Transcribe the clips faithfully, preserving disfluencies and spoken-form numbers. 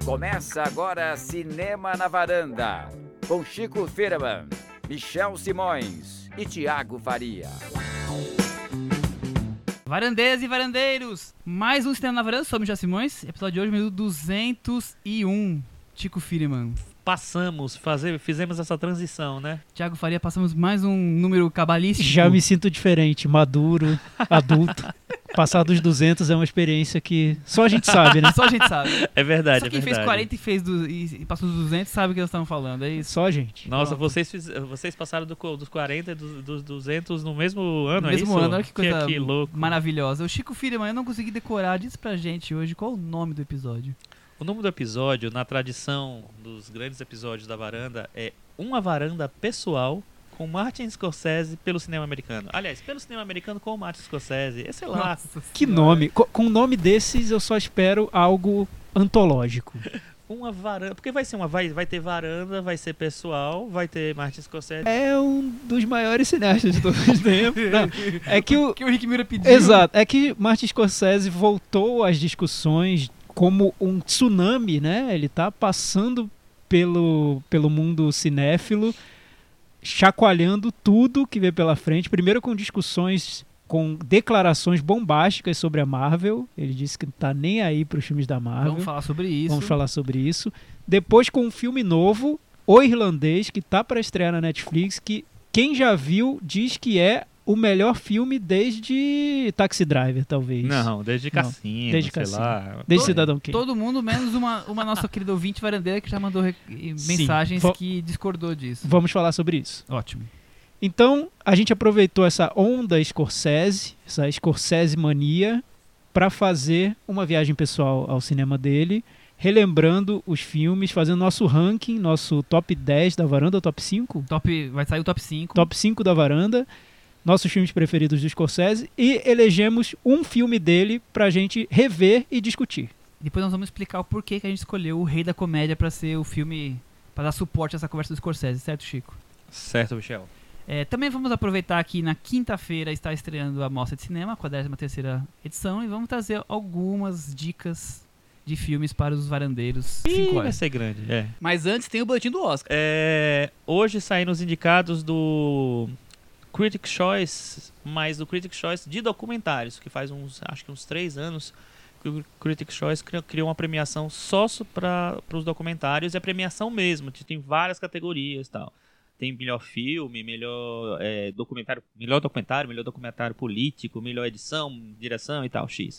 Começa agora Cinema na Varanda, com Chico Firman, Michel Simões e Thiago Faria. Varandeiras e varandeiros, mais um Cinema na Varanda, sou o Michel Simões, episódio de hoje, minuto duzentos e um, Chico Firman. Passamos, fazer, fizemos essa transição, né? Thiago Faria, passamos mais um número cabalístico. Já me sinto diferente, maduro, adulto. Passar dos duzentos é uma experiência que só a gente sabe, né? Só a gente sabe. É verdade, Só quem é verdade. fez quarenta e, fez do, e passou dos duzentos sabe o que nós estamos falando, é isso? Só a gente. Nossa, Pronto. vocês, fiz, vocês passaram do, dos quarenta e dos, dos duzentos no mesmo ano, No é mesmo isso? ano, olha que coisa que, que louco. maravilhosa. O Chico Firman, eu não consegui decorar, diz pra gente hoje qual o nome do episódio. O nome do episódio, na tradição dos grandes episódios da Varanda, é Uma Varanda Pessoal com Martin Scorsese pelo cinema americano. Aliás, pelo cinema americano com o Martin Scorsese. É, sei lá. Nossa Que Senhora. nome. Co- Com um nome desses eu só espero algo antológico. Uma varanda. Porque vai ser uma. Vai, vai ter varanda, vai ser pessoal, vai ter Martin Scorsese. É um dos maiores cineastas de todos os tempos. Não, é que o... que o Rick Mira pediu. Exato. É que Martin Scorsese voltou às discussões como um tsunami, né? Ele tá passando pelo, pelo mundo cinéfilo, chacoalhando tudo que vê pela frente. Primeiro com discussões, com declarações bombásticas sobre a Marvel. Ele disse que não tá nem aí para os filmes da Marvel. Vamos falar sobre isso. Vamos falar sobre isso. Depois com um filme novo, O Irlandês, que tá para estrear na Netflix, que quem já viu diz que é o melhor filme desde Taxi Driver, talvez. Não, desde Não, Cassino, desde sei Cassino. lá. Desde Todo- Cidadão Kane. Todo mundo, menos uma, uma nossa querida ouvinte varandeira que já mandou re- mensagens Vo- que discordou disso. Vamos falar sobre isso. Ótimo. Então, a gente aproveitou essa onda Scorsese, essa Scorsese mania, para fazer uma viagem pessoal ao cinema dele, relembrando os filmes, fazendo nosso ranking, nosso top dez da Varanda, top cinco? Top, vai sair o top cinco. Top cinco da Varanda, nossos filmes preferidos do Scorsese, e elegemos um filme dele pra gente rever e discutir. Depois nós vamos explicar o porquê que a gente escolheu O Rei da Comédia pra ser o filme, pra dar suporte a essa conversa do Scorsese, certo, Chico? Certo, Michel. É, também vamos aproveitar que na quinta-feira está estreando a Mostra de Cinema, a quadragésima terceira edição, e vamos trazer algumas dicas de filmes para os varandeiros. Ih, Cinco vai horas. ser grande, é. Mas antes tem o boletim do Oscar. É, hoje saíram os indicados do Critics' Choice, mas do Critics' Choice de documentários, que faz uns, acho que uns três anos que o Critics' Choice cri- criou uma premiação só para os documentários, e a premiação mesmo, que tem várias categorias e tal. Tem melhor filme, melhor é, documentário, melhor documentário, melhor documentário político, melhor edição, direção e tal, X.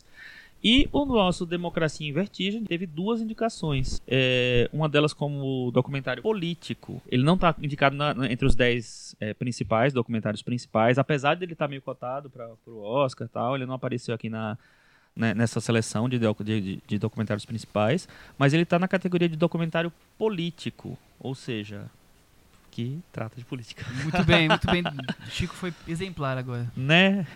E o nosso Democracia em Vertigem teve duas indicações. É, uma delas como documentário político. Ele não está indicado na- na- entre os dez é, principais, documentários principais, apesar de ele estar meio cotado para o Oscar e tal, ele não apareceu aqui na, né, nessa seleção de, docu- de, de- de documentários principais, mas ele está na categoria de documentário político, ou seja, que trata de política. Muito bem, muito bem. Chico foi exemplar agora. Né?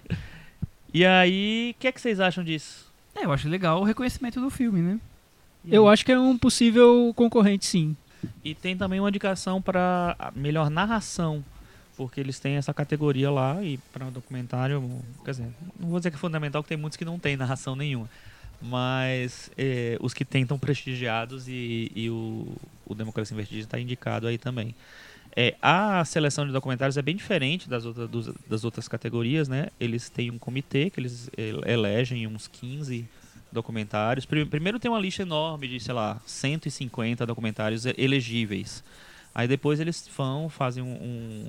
E aí, o que é que vocês acham disso? É, eu acho legal o reconhecimento do filme, né? E Eu aí? acho que é um possível concorrente, sim. E tem também uma indicação para melhor narração, porque eles têm essa categoria lá, e para um documentário, quer dizer, não vou dizer que é fundamental, que tem muitos que não tem narração nenhuma, mas é, os que tem estão prestigiados, e, e o, o Democracia em Vertigem está indicado aí também. É, a seleção de documentários é bem diferente das outras, dos- das outras categorias, né? Eles têm um comitê que eles ele- elegem uns quinze documentários. Pri- Primeiro tem uma lista enorme de, sei lá, cento e cinquenta documentários e- elegíveis. Aí depois eles vão, fazem um... um,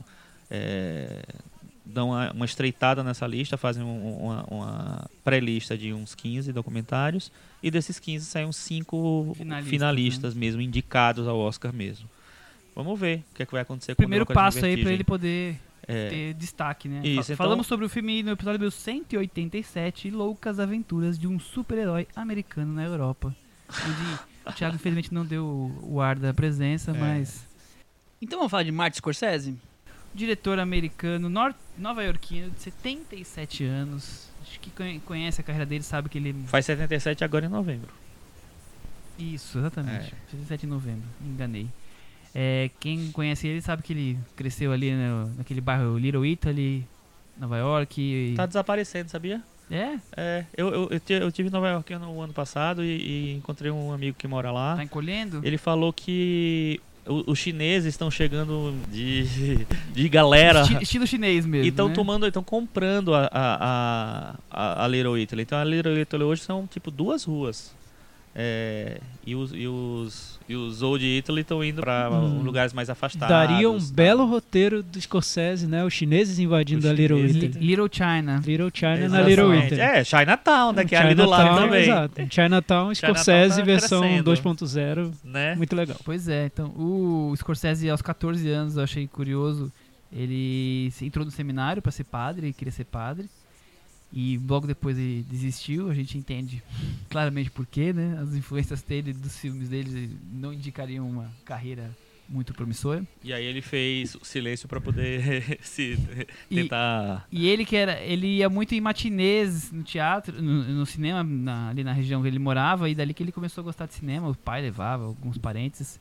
é, dão uma, uma estreitada nessa lista, fazem um- uma, uma pré-lista de uns quinze documentários, e desses quinze saem uns cinco Finalistas, finalistas, mesmo, indicados ao Oscar mesmo. Vamos ver o que, é que vai acontecer com o Primeiro Democracia em passo aí pra Vertigem. ele poder É, ter destaque, né? Isso, Fa- então- Falamos sobre o filme no episódio cento e oitenta e sete, Loucas Aventuras de um Super-Herói Americano na Europa. Onde o Thiago infelizmente não deu o ar da presença, É. mas Então vamos falar de Martin Scorsese? diretor americano, nor- nova-iorquino, de setenta e sete anos. Acho que conhe- conhece a carreira dele, sabe que ele... faz setenta e sete agora em novembro. Isso, exatamente. É. setenta e sete de novembro, me enganei. É, quem conhece ele sabe que ele cresceu ali no, naquele bairro Little Italy, Nova York. E... Tá desaparecendo, sabia? É? É, eu, eu, eu, ti- eu tive em Nova York no ano passado e, e encontrei um amigo que mora lá. Tá encolhendo? Ele falou que o- os chineses estão chegando de, de galera Esti- estilo chinês mesmo. e estão né? tomando, estão comprando a, a, a, a Little Italy. Então a Little Italy hoje são tipo duas ruas. É, e, os, e, os, e os Old Italy estão indo para Hum. lugares mais afastados. Daria um tá? belo roteiro do Scorsese, né? Os chineses invadindo Os a Little chineses. Italy. Little China. Little China na Exatamente. Little Italy. É, Chinatown, né? Que é ali do lado Chinatown, também. Exato. Chinatown, Chinatown Scorsese tá versão crescendo. dois ponto zero. Né? Muito legal. Pois é, então o Scorsese aos catorze anos eu achei curioso. Ele se- entrou no seminário para ser padre, ele queria ser padre. E logo depois ele desistiu, a gente entende claramente por quê, né? As influências dele, dos filmes dele, não indicariam uma carreira muito promissora. E aí ele fez o silêncio pra poder se E- tentar. E ele que era, ele ia muito em matinês no teatro, no, no cinema, na- ali na região que ele morava, e dali que ele começou a gostar de cinema, o pai levava, alguns parentes.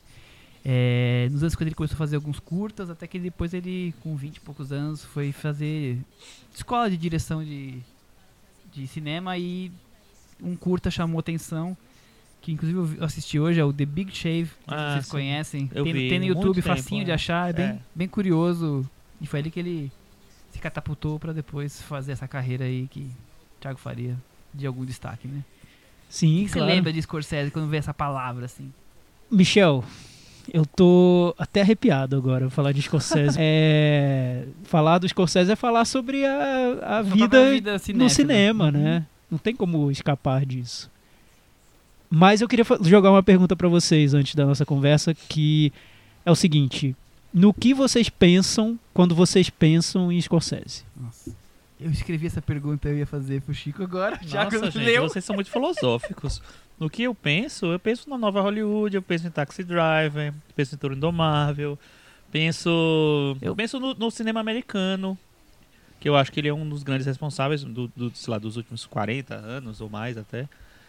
É, nos anos cinquenta ele começou a fazer alguns curtas, até que depois ele, com vinte e poucos anos, foi fazer escola de direção de, de cinema, e um curta chamou atenção, que inclusive eu vi- eu assisti hoje, é o The Big Shave, não sei se Ah, vocês sim. conhecem, Eu tem, vi, tem no muito YouTube, tempo, facinho é. de achar, é bem, É. bem curioso, e foi ali que ele se catapultou pra depois fazer essa carreira aí que Thiago faria de algum destaque, né? Sim, O que você claro. lembra de Scorsese quando vê essa palavra, assim? Michel, eu tô até arrepiado agora falar de Scorsese. é, falar do Scorsese é falar sobre a, a Sua vida, própria vida no cinéfila. cinema, Uhum. né? Não tem como escapar disso. Mas eu queria fa- jogar uma pergunta pra vocês antes da nossa conversa, que é o seguinte: no que vocês pensam quando vocês pensam em Scorsese? Nossa. Eu escrevi essa pergunta, eu ia fazer pro Chico agora. O Thiago Nossa, gente, leu. vocês são muito filosóficos. No que eu penso, eu penso na nova Hollywood, eu penso em Taxi Driver, penso em Toro Indomável, penso, eu penso no, no cinema americano, que eu acho que ele é um dos grandes responsáveis do, do, sei lá, dos últimos quarenta anos ou mais até,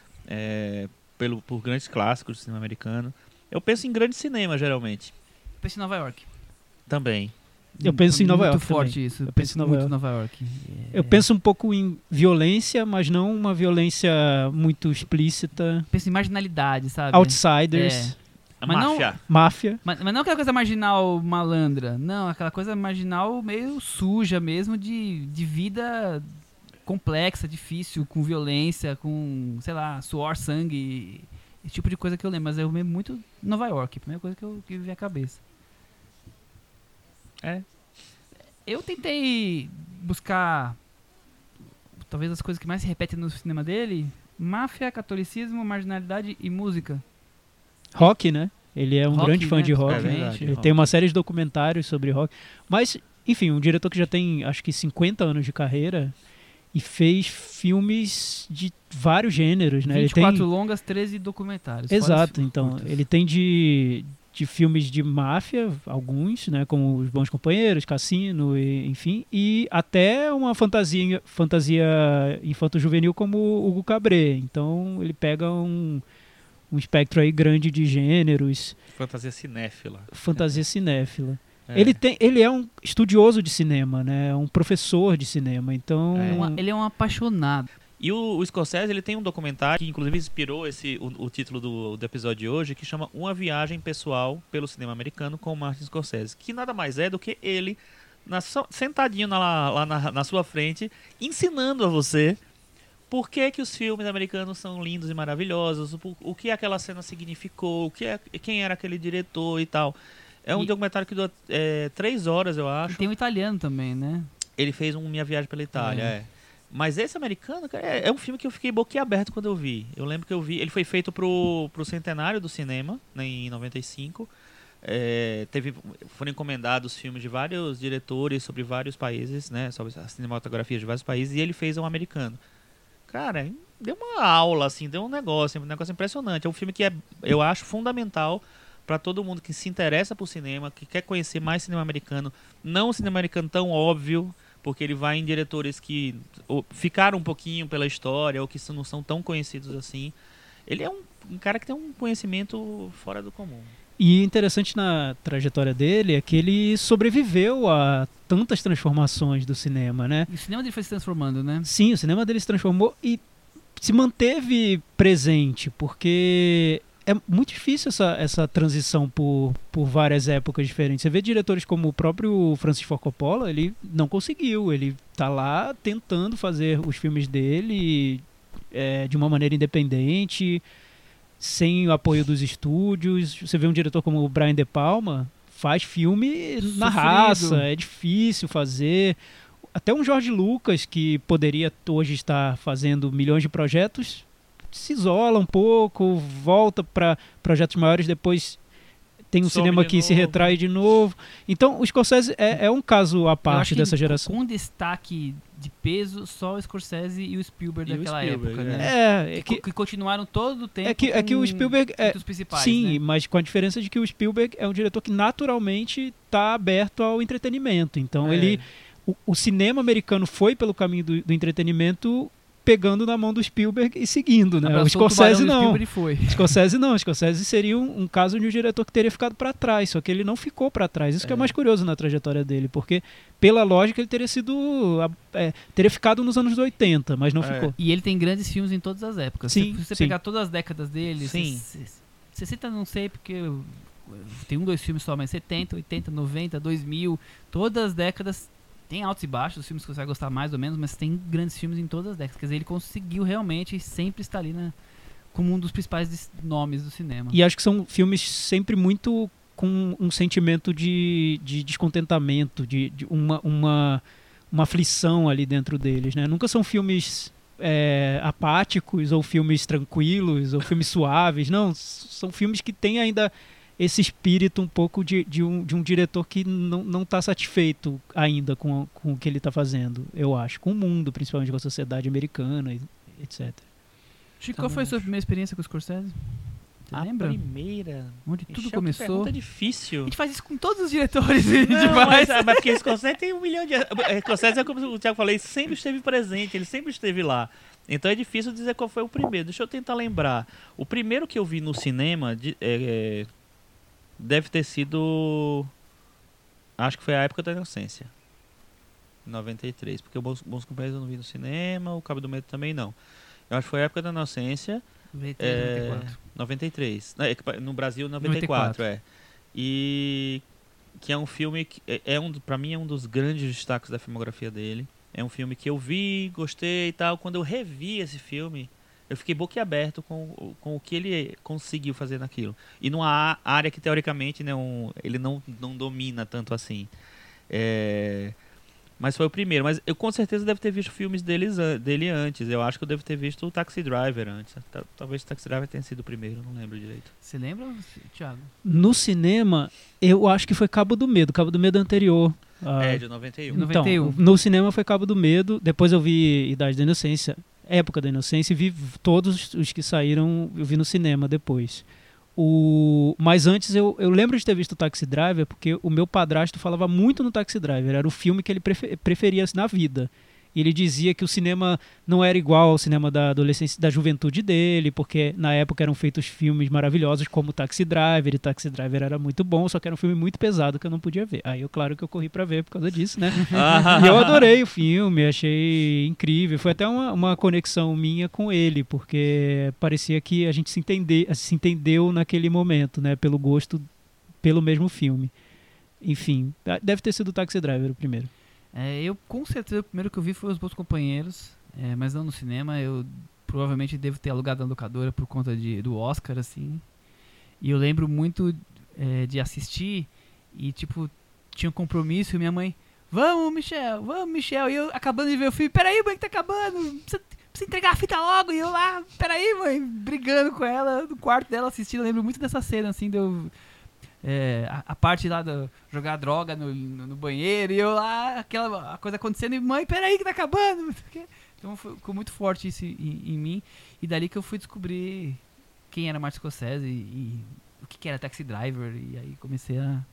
é, pelo, por grandes clássicos do cinema americano. Eu penso em grande cinema, geralmente, Penso em Nova York. também. Eu penso em Nova muito York forte também. isso. Eu Eu penso penso em Nova muito York. em Nova York. É. Eu penso um pouco em violência, mas não uma violência muito explícita. Penso em marginalidade, sabe? Outsiders, A Mas não- máfia. máfia. Mas, mas não aquela coisa marginal malandra. Não, aquela coisa marginal meio suja mesmo, de, de vida complexa, difícil, com violência, com, sei lá, suor, sangue. Esse tipo de coisa que eu lembro. Mas eu lembro muito Nova York, a primeira coisa que, eu, que me veio à cabeça. É. Eu tentei buscar talvez as coisas que mais se repetem no cinema dele: máfia, catolicismo, marginalidade e música. Rock, né? Ele é um Rock, grande fã né? de rock. É verdade. Ele rock. tem uma série de documentários sobre rock. Mas, enfim, um diretor que já tem, acho que cinquenta anos de carreira e fez filmes de vários gêneros, né? vinte e Ele quatro tem... longas, treze documentários. fora Exato, os então. curtas. Ele tem de, de filmes de máfia, alguns, né? Como Os Bons Companheiros, Cassino, e, enfim. E até uma fantasia, fantasia infanto-juvenil como o Hugo Cabret. Então, ele pega um... um espectro aí grande de gêneros, Fantasia cinéfila. fantasia cinéfila. É. Ele, tem, ele é um estudioso de cinema, né? É um professor de cinema, então... É. Uma- ele é um apaixonado. E o, o Scorsese, ele tem um documentário que inclusive inspirou esse, o, o título do, do episódio de hoje, que chama Uma Viagem Pessoal pelo Cinema Americano com Martin Scorsese, que nada mais é do que ele na, sua- sentadinho na- lá, lá na, na sua frente, ensinando a você por que, que os filmes americanos são lindos e maravilhosos, o, o que aquela cena significou, o que é, quem era aquele diretor e tal. É um E- documentário que dura é, três horas, eu E acho. tem um italiano também, né? Ele fez um Minha Viagem pela Itália, É. é. Mas esse americano, cara, é, é um filme que eu fiquei boquiaberto quando eu vi. Eu lembro que eu vi... Ele foi feito pro, pro centenário do cinema, né, em noventa e cinco. É, teve, foram encomendados filmes de vários diretores sobre vários países, né? Sobre a cinematografia de vários países. E ele fez um americano. Cara, deu uma aula, assim, deu um negócio, um negócio impressionante. É um filme que é, eu acho, fundamental para todo mundo que se interessa por cinema, que quer conhecer mais cinema americano. Não um cinema americano tão óbvio, porque ele vai em diretores que ou, ficaram um pouquinho pela história ou que s- não são tão conhecidos assim. Ele é um, um cara que tem um conhecimento fora do comum. E interessante na trajetória dele é que ele sobreviveu a tantas transformações do cinema, né? E o cinema dele foi se transformando, né? Sim, o cinema dele se transformou e se manteve presente, porque é muito difícil essa, essa transição por, por várias épocas diferentes. Você vê diretores como o próprio Francis Ford Coppola, ele não conseguiu, ele tá lá tentando fazer os filmes dele é, de uma maneira independente, sem o apoio dos estúdios. Você vê um diretor como o Brian De Palma, faz filme na Sofrido. raça, é difícil fazer. Até um George Lucas, que poderia hoje estar fazendo milhões de projetos, se isola um pouco, volta para projetos maiores, depois tem um Some cinema de que se novo. retrai de novo. Então, o Scorsese é, é um caso à Eu parte acho que dessa geração. Com destaque de peso, só o Scorsese e o Spielberg E o daquela Spielberg, época, é. né? É, é Que, que, que continuaram todo o tempo é que, é que o com Spielberg... É, muitos principais, sim, né? mas com a diferença de que o Spielberg é um diretor que naturalmente está aberto ao entretenimento. Então, É. ele... O, o cinema americano foi pelo caminho do, do entretenimento, pegando na mão do Spielberg e seguindo, né? Abraçou O Scorsese tubarão do não. Spielberg e foi. Scorsese não. Scorsese seria um, um caso de um diretor que teria ficado para trás, só que ele não ficou para trás. Isso que é É. mais curioso na trajetória dele, porque pela lógica ele teria sido é, teria ficado nos anos oitenta, mas não É. ficou. E ele tem grandes filmes em todas as épocas. Sim, Se você sim. pegar todas as décadas dele, Sim. sessenta não sei, porque eu- tem um, dois filmes só, mas setenta, oitenta, noventa, dois mil, todas as décadas tem altos e baixos, os filmes que você vai gostar mais ou menos, mas tem grandes filmes em todas as décadas. Quer dizer, ele conseguiu realmente sempre estar ali na, como um dos principais des- nomes do cinema. E acho que são filmes sempre muito com um sentimento de, de descontentamento, de, de uma, uma, uma aflição ali dentro deles, né? Nunca são filmes é, apáticos ou filmes tranquilos ou filmes suaves, não. S- São filmes que têm ainda esse espírito um pouco de, de, um, de um diretor que não não está satisfeito ainda com, com o que ele está fazendo, eu acho. Com o mundo, principalmente com a sociedade americana, e etcétera. Chico, Também qual foi a sua acho. primeira experiência com o Scorsese? Você A lembra? primeira... Onde tudo Ixi, que começou? pergunta A difícil. gente faz isso com todos os diretores. a gente Não, faz. mas, mas porque Scorsese tem um milhão de... Scorsese, é como o Thiago falou, ele sempre esteve presente, ele sempre esteve lá. Então é difícil dizer qual foi o primeiro. Deixa eu tentar lembrar. O primeiro que eu vi no cinema de- é, é, deve ter sido... Acho que foi a época da Inocência. noventa e três. Porque o Bons, Bons Companheiros eu não vi no cinema, o Cabo do Medo também não. Eu acho que foi a época da Inocência... noventa e três, É, noventa e quatro. noventa e três. Não, é que pa- No Brasil, noventa e quatro, é. E que é um filme que é, é um, pra mim é um dos grandes destaques da filmografia dele. É um filme que eu vi, gostei e tal. Quando eu revi esse filme, eu fiquei boquiaberto com, o- com o que ele conseguiu fazer naquilo. E numa á- área que teoricamente né, um, ele não, não domina tanto assim. É, mas foi o primeiro. Mas eu com certeza devo ter visto filmes deles, an- dele antes. Eu acho que eu devo ter visto o Taxi Driver antes. Ta- Talvez o Taxi Driver tenha sido o primeiro, não lembro direito. Você lembra, Thiago? No cinema, eu acho que foi Cabo do Medo. Cabo do Medo anterior. Ah, É, de noventa e um. No- noventa e um. Então, no cinema foi Cabo do Medo. Depois eu vi Idade da Inocência, Época da Inocência, e vi todos os que saíram, eu vi no cinema depois. O... Mas antes eu, eu lembro de ter visto o Taxi Driver, porque o meu padrasto falava muito no Taxi Driver. Era o filme que ele prefe- preferia na vida. E ele dizia que o cinema não era igual ao cinema da adolescência, da juventude dele, porque na época eram feitos filmes maravilhosos como Taxi Driver, e Taxi Driver era muito bom, só que era um filme muito pesado que eu não podia ver. Aí eu, claro que eu corri pra ver por causa disso, né? E eu adorei o filme, achei incrível. Foi até uma, uma conexão minha com ele, porque parecia que a gente se, entender, se entendeu naquele momento, né? Pelo gosto, pelo mesmo filme. Enfim, deve ter sido o Taxi Driver o primeiro. É, eu, com certeza, o primeiro que eu vi foi Os Bons Companheiros, é, mas não no cinema. Eu provavelmente devo ter alugado na locadora por conta de, do Oscar, assim. E eu lembro muito é, de assistir e, tipo, tinha um compromisso e minha mãe... Vamos, Michel, vamos, Michel. E eu acabando de ver o filme. Peraí, mãe, que tá acabando. Precisa, precisa entregar a fita logo. E eu lá, peraí, mãe, brigando com ela no quarto dela assistindo. Eu lembro muito dessa cena, assim, de eu... É, a, a parte lá do jogar droga no, no, no banheiro e eu lá, aquela a coisa acontecendo e mãe, peraí que tá acabando. não sei o quê. Então foi, ficou muito forte isso em, em mim e dali que eu fui descobrir quem era Martin Scorsese e, e o que, que era Taxi Driver e aí comecei a...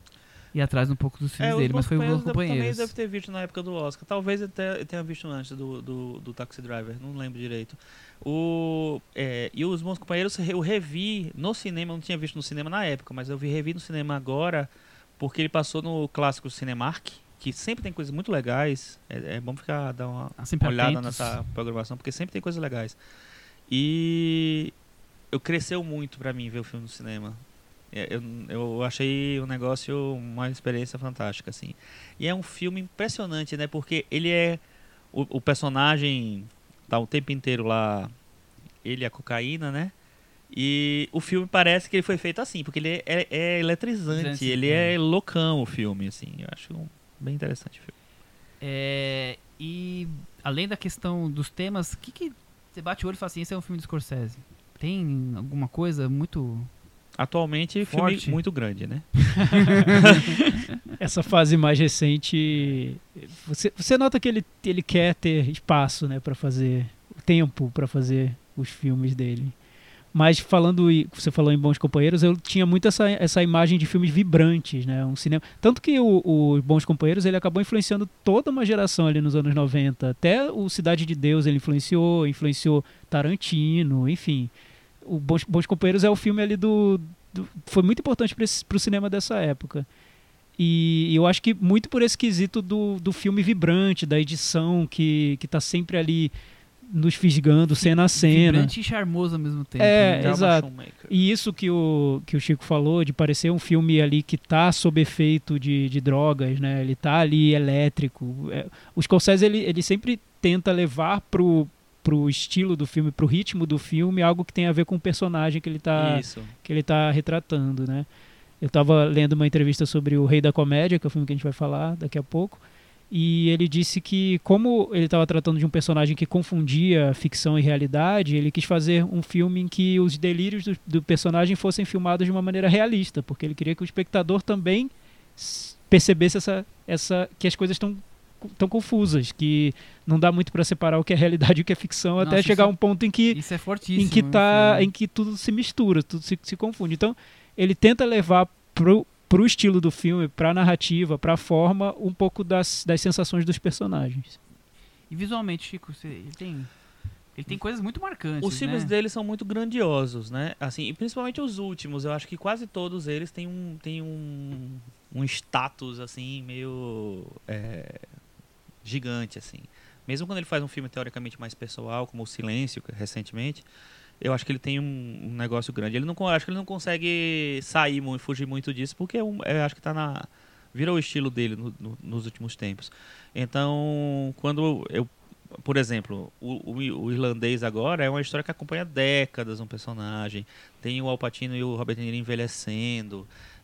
ir atrás um pouco dos filmes É, os dele, mas Bons foi o Bons Companheiros também Companheiros. deve ter visto na época do Oscar. Talvez eu tenha, eu tenha visto antes do, do, do Taxi Driver, não lembro direito. O, é, e os Bons Companheiros eu revi no cinema, eu não tinha visto no cinema na época, mas eu vi revi no cinema agora, porque ele passou no clássico Cinemark, que sempre tem coisas muito legais. É, é bom ficar dar uma Ah, sempre olhada atentos. nessa programação, porque sempre tem coisas legais. E eu cresceu muito pra mim ver o filme no cinema. É, Eu, eu achei um negócio, uma experiência fantástica, assim. E é um filme impressionante, né? Porque ele é... O, o personagem tá o tempo inteiro lá, ele e a cocaína, né? E o filme parece que ele foi feito assim, porque ele é, é- é eletrizante, Eletrizante, ele é. é loucão o filme, assim. Eu acho um- bem interessante o filme. É, e além da questão dos temas, o que, que você bate o olho e fala assim, esse é um filme do Scorsese? Tem alguma coisa muito... Atualmente, Forte. filme muito grande, né? Essa fase mais recente, você, você nota que ele, ele quer ter espaço, né, para fazer, tempo para fazer os filmes dele. Mas falando, e você falou em Bons Companheiros, eu tinha muito essa, essa imagem de filmes vibrantes, né, um cinema. Tanto que o, o Bons Companheiros ele acabou influenciando toda uma geração ali nos anos noventa. Até o Cidade de Deus ele influenciou, influenciou Tarantino, enfim. O Bons, Bons Companheiros é o filme ali do, do foi muito importante para o cinema dessa época. E eu acho que muito por esse quesito do, do filme vibrante, da edição que, que tá sempre ali nos fisgando, cena a cena. Vibrante e charmoso ao mesmo tempo. É, né? Thelma exato. Schoonmaker. E isso que o, que o Chico falou, de parecer um filme ali que tá sob efeito de, de drogas, né? Ele tá ali elétrico. É, o Scorsese, ele, ele sempre tenta levar pro, pro estilo do filme, pro ritmo do filme, algo que tem a ver com o personagem que ele tá, Isso. que ele tá retratando, né? Eu estava lendo uma entrevista sobre o Rei da Comédia, que é o filme que a gente vai falar daqui a pouco, e ele disse que, como ele estava tratando de um personagem que confundia ficção e realidade, ele quis fazer um filme em que os delírios do, do personagem fossem filmados de uma maneira realista, porque ele queria que o espectador também s- percebesse essa, essa, que as coisas estão tão confusas, que não dá muito para separar o que é realidade e o que é ficção, até Nossa, chegar a isso- um ponto em que Isso é fortíssimo. em que no tá, filme. em que tudo se mistura, tudo se, se confunde. Então, ele tenta levar pro, pro estilo do filme, pra narrativa, pra forma, um pouco das, das sensações dos personagens. E visualmente, Chico, você- ele tem... Ele tem coisas muito marcantes, Os filmes né? dele são muito grandiosos, né? Assim, e principalmente os últimos, eu acho que quase todos eles têm um, têm um, um status, assim, meio é, gigante, assim. Mesmo quando ele faz um filme teoricamente mais pessoal, como O Silêncio, que- recentemente, eu acho que ele tem um, um negócio grande. Ele não, con- acho que ele não consegue sair muito, fugir muito disso, porque é um- eu acho que tá na... Virou o estilo dele no- no- nos últimos tempos. Então, quando eu... Por exemplo, o, o- o Irlandês agora é uma história que acompanha décadas um personagem. Tem o Al Pacino e o Robert De Niro envelhecendo,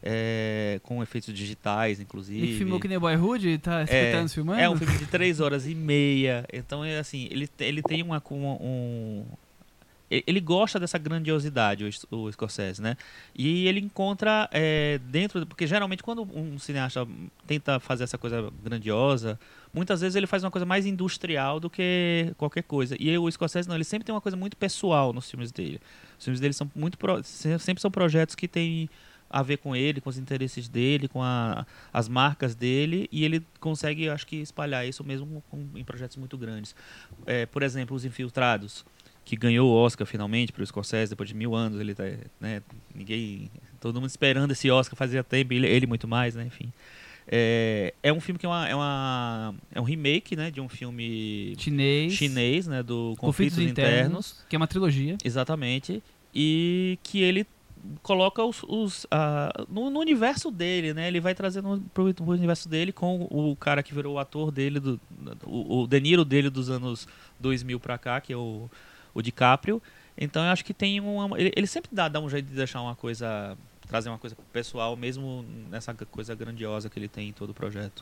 é, com efeitos digitais, inclusive. Ele filmou que nem Boyhood, tá cinquenta anos filmando? É um filme de três horas e meia. Então, é assim, ele, te- ele tem uma, uma- um... e- Ele gosta dessa grandiosidade, o, S- o Scorsese, né? E ele encontra é, dentro... do- Porque, geralmente, quando um cineasta tenta fazer essa coisa grandiosa, muitas vezes ele faz uma coisa mais industrial do que qualquer coisa. E o Scorsese, não. Ele sempre tem uma coisa muito pessoal nos filmes dele. Os filmes dele são muito... pro- se- sempre são projetos que têm a ver com ele, com os interesses dele, com a, as marcas dele, e ele consegue, acho que, espalhar isso mesmo com- em projetos muito grandes. É, por exemplo, Os Infiltrados, que ganhou o Oscar finalmente para o Scorsese depois de mil anos. Ele tá, né, ninguém, todo mundo esperando esse Oscar fazia tempo, ele, ele muito mais, né, enfim. É, é um filme que é, uma, é, uma, é um remake, né, de um filme Chinês. chinês, né, do Conflitos Conflitos, Internos. Internos, que é uma trilogia. Exatamente. E que ele coloca os, os ah, no, no universo dele, né? Ele vai trazendo pro, pro universo dele com o cara que virou o ator dele, do, o, o De Niro dele dos anos dois mil pra cá, que é o, o DiCaprio. Então eu acho que tem uma... Ele, ele sempre dá, dá um jeito de deixar uma coisa... Trazer uma coisa pessoal, mesmo nessa coisa grandiosa que ele tem em todo o projeto.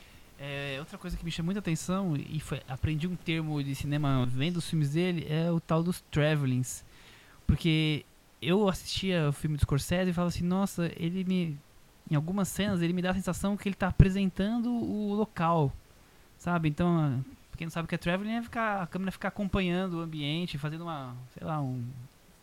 É, outra coisa que me chama muita atenção, e foi, aprendi um termo de cinema vendo os filmes dele, é o tal dos travelings. Porque eu assistia o filme do Scorsese e falava assim, nossa, ele me... Em algumas cenas ele me dá a sensação que ele está apresentando o local, sabe? Então, pra quem não sabe o que é traveling, é ficar, a câmera ficar acompanhando o ambiente, fazendo uma, sei lá, um,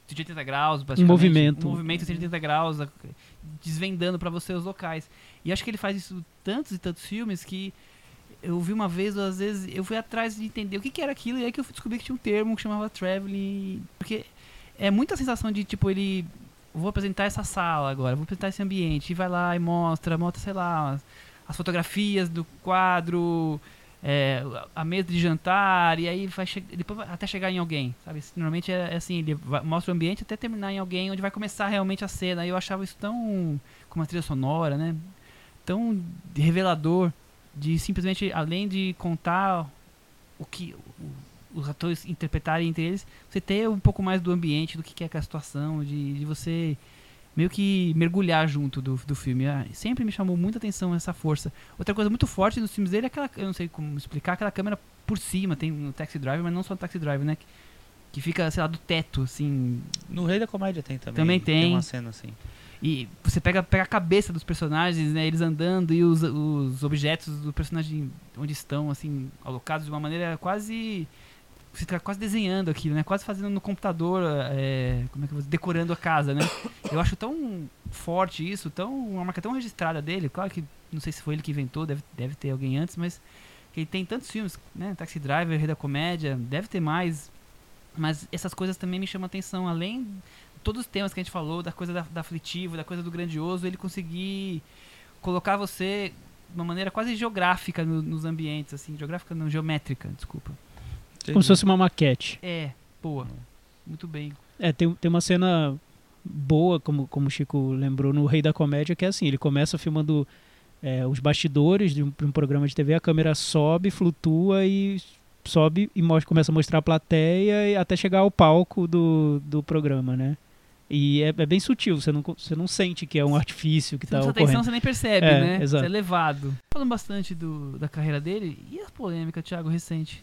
cento e oitenta graus, basicamente. movimento. Um movimento cento e oitenta graus, a- desvendando pra você os locais. E acho que ele faz isso tantos e tantos filmes que eu vi uma vez, ou às vezes, eu fui atrás de entender o que, que era aquilo, e aí que eu descobri que tinha um termo que chamava traveling. Porque é muita sensação de, tipo, ele... Vou apresentar essa sala agora, vou apresentar esse ambiente, e vai lá e mostra, mostra, sei lá, as, as fotografias do quadro, é, a mesa de jantar, e aí vai che- depois vai até chegar em alguém, sabe? Normalmente é, é assim, ele vai- mostra o ambiente até terminar em alguém, onde vai começar realmente a cena. E eu achava isso tão, com uma trilha sonora, né? Tão revelador, de simplesmente, além de contar o que o- os atores interpretarem entre eles, você ter um pouco mais do ambiente, do que que é aquela situação, de, de você meio que mergulhar junto do, do filme. Ah, sempre me chamou muita atenção essa força. Outra coisa muito forte nos filmes dele é aquela, eu não sei como explicar, aquela câmera por cima, tem no Taxi Driver, mas não só no Taxi Driver, né? Que, que fica, sei lá, do teto, assim. No Rei da Comédia tem também. Também tem. uma cena assim. E você pega, pega a cabeça dos personagens, né? Eles andando e os, os objetos do personagem onde estão, assim, alocados de uma maneira quase... Você tá quase desenhando aquilo, né? Quase fazendo no computador, é, como é que eu vou dizer? Decorando a casa, né? Eu acho tão forte isso, tão, uma marca tão registrada dele. Claro que não sei se foi ele que inventou, deve, deve ter alguém antes, mas que ele tem tantos filmes, né? Taxi Driver, Rei da Comédia, deve ter mais. Mas essas coisas também me chamam a atenção. Além de todos os temas que a gente falou, da coisa da, da aflitivo, da coisa do grandioso, ele conseguir colocar você de uma maneira quase geográfica no- nos ambientes, assim. Geográfica não, geométrica, desculpa. Como se fosse uma maquete. É, boa. Muito bem. É, tem, tem uma cena boa, como, como o Chico lembrou, no Rei da Comédia, que é assim, ele começa filmando é, os bastidores de um, de um programa de T V, a câmera sobe, flutua e sobe e mostra, começa a mostrar a plateia e até chegar ao palco do, do programa, né? E é, é bem sutil, você não, co- você não sente que é um artifício que Se não está presta atenção, ocorrendo. você nem percebe, É, né? exato. Você é levado. Falando bastante do, da carreira dele, e a polêmica, Thiago, recente?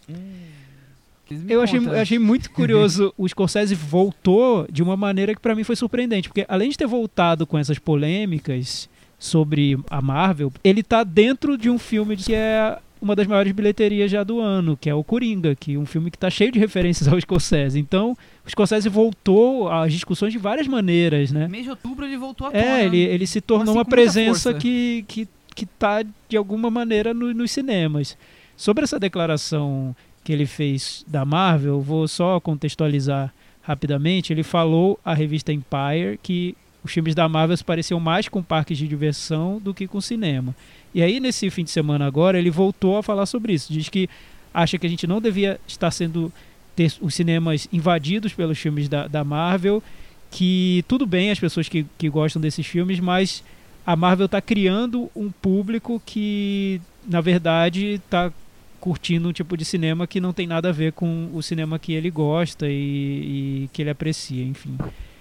Eles me Eu achei, contam. eu achei muito curioso, o Scorsese voltou de uma maneira que pra mim foi surpreendente, porque além de ter voltado com essas polêmicas sobre a Marvel, ele tá dentro de um filme que é uma das maiores bilheterias já do ano, que é o Coringa, que é um filme que tá cheio de referências ao Scorsese. Então, o Scorsese voltou às discussões de várias maneiras, né? Mês de outubro ele voltou à tona. É, ele, ele se tornou assim, uma com muita presença força. que, que, que tá de alguma maneira no- nos cinemas. Sobre essa declaração que ele fez da Marvel, vou só contextualizar rapidamente. Ele falou à revista Empire que os filmes da Marvel se pareciam mais com parques de diversão do que com cinema. E aí, nesse fim de semana agora, ele voltou a falar sobre isso. Diz que acha que a gente não devia estar sendo ter os cinemas invadidos pelos filmes da, da Marvel, que tudo bem as pessoas que, que gostam desses filmes, mas a Marvel está criando um público que, na verdade, está curtindo um tipo de cinema que não tem nada a ver com o cinema que ele gosta e, e que ele aprecia, enfim.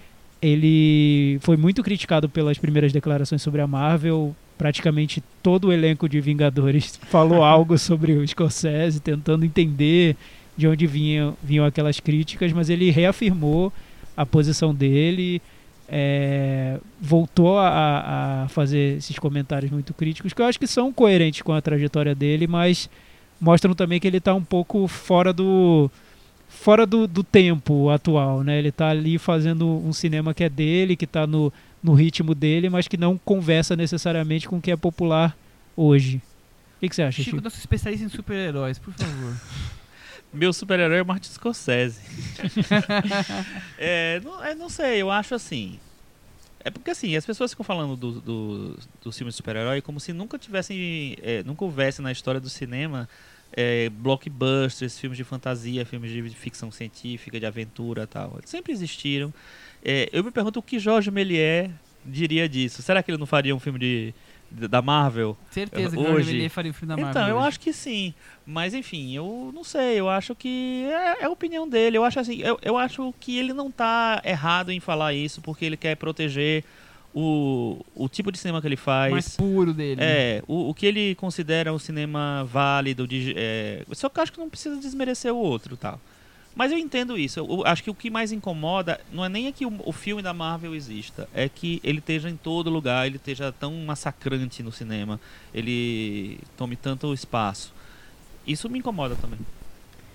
Ele foi muito criticado pelas primeiras declarações sobre a Marvel. Praticamente todo o elenco de Vingadores falou algo sobre o Scorsese, tentando entender de onde vinham, vinham aquelas críticas, mas ele reafirmou a posição dele, é, voltou a, a fazer esses comentários muito críticos, que eu acho que são coerentes com a trajetória dele, mas mostram também que ele está um pouco fora do fora do, do tempo atual, né? Ele está ali fazendo um cinema que é dele, que está no, no ritmo dele, mas que não conversa necessariamente com o que é popular hoje. O que, que você acha, Chico, Chico? nosso especialista em super-heróis, por favor. Meu super-herói é o Martin Scorsese. é, não, é, não sei, eu acho assim. É porque assim, as pessoas ficam falando do, do, do filme de super-herói como se nunca tivessem. É, nunca houvesse na história do cinema é, blockbusters, filmes de fantasia, filmes de ficção científica, de aventura e tal. Eles sempre existiram. É, eu me pergunto o que Jorge Méliès diria disso. Será que ele não faria um filme de, de- da Marvel? Certeza que o Hoje- Jorge Méliès faria o filme da Marvel. Então, eu hoje. acho que sim. Mas, enfim, eu não sei. Eu acho que é, é a opinião dele. Eu acho assim, eu, eu acho que ele não tá errado em falar isso porque ele quer proteger o, o tipo de cinema que ele faz. mais puro dele. É, o, o que ele considera um cinema válido. De, é, só que eu acho que não precisa desmerecer o outro, tal. Mas eu entendo isso. Eu, eu acho que o que mais incomoda não é nem é que o, o filme da Marvel exista, é que ele esteja em todo lugar, ele esteja tão massacrante no cinema, ele tome tanto espaço. Isso me incomoda também.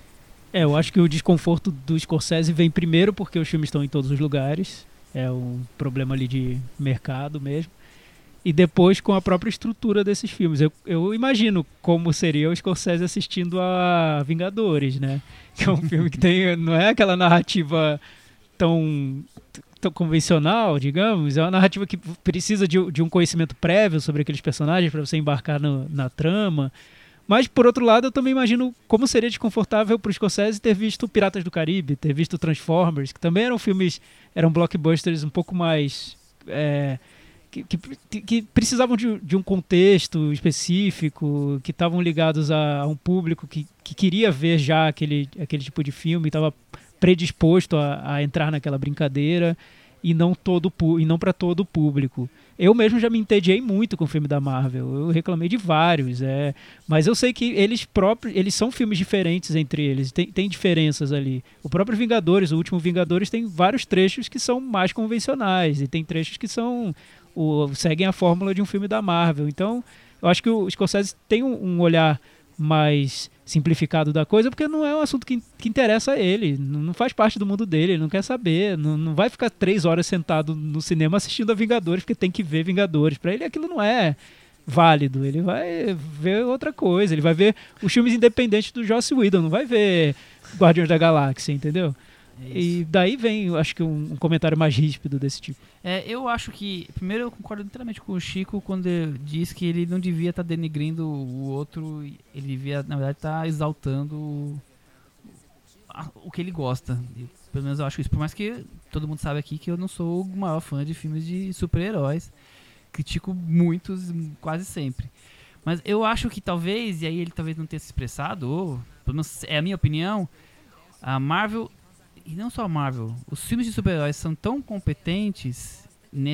É, eu acho que o desconforto do Scorsese vem primeiro porque os filmes estão em todos os lugares. É um problema ali de mercado mesmo. E depois com a própria estrutura desses filmes. Eu, eu imagino como seria o Scorsese assistindo a Vingadores, né? Que é um filme que tem, não é aquela narrativa tão, tão convencional, digamos. É uma narrativa que precisa de, de um conhecimento prévio sobre aqueles personagens para você embarcar no, na trama. Mas, por outro lado, eu também imagino como seria desconfortável para o Scorsese ter visto Piratas do Caribe, ter visto Transformers, que também eram filmes, eram blockbusters um pouco mais... É, que, que, que precisavam de, de um contexto específico, que estavam ligados a, a um público que, que queria ver já aquele, aquele tipo de filme, estava predisposto a, a entrar naquela brincadeira, e não, todo, e não para todo o público. Eu mesmo já me entediei muito com o filme da Marvel. Eu reclamei de vários, é, mas eu sei que eles próprios, eles são filmes diferentes entre eles, tem, tem diferenças ali. O próprio Vingadores, o último Vingadores, tem vários trechos que são mais convencionais, e tem trechos que são o, seguem a fórmula de um filme da Marvel. Então, eu acho que o Scorsese tem um, um olhar mais simplificado da coisa, porque não é um assunto que, que interessa a ele, não faz parte do mundo dele, ele não quer saber, não, não vai ficar três horas sentado no cinema assistindo a Vingadores, porque tem que ver Vingadores. Pra ele aquilo não é válido, ele vai ver outra coisa, ele vai ver os filmes independentes do Joss Whedon, não vai ver Guardiões da Galáxia, entendeu? É E daí vem, acho que um, um comentário mais ríspido desse tipo. É, eu acho que, primeiro eu concordo inteiramente com o Chico quando ele diz que ele não devia estar tá denigrindo o outro, ele devia, na verdade, estar tá exaltando o, a, o que ele gosta. Eu, pelo menos eu acho isso, por mais que todo mundo sabe aqui que eu não sou o maior fã de filmes de super-heróis, critico muitos, quase sempre. Mas eu acho que talvez, e aí ele talvez não tenha se expressado, ou, pelo menos é a minha opinião, a Marvel... E não só a Marvel, os filmes de super-heróis são tão competentes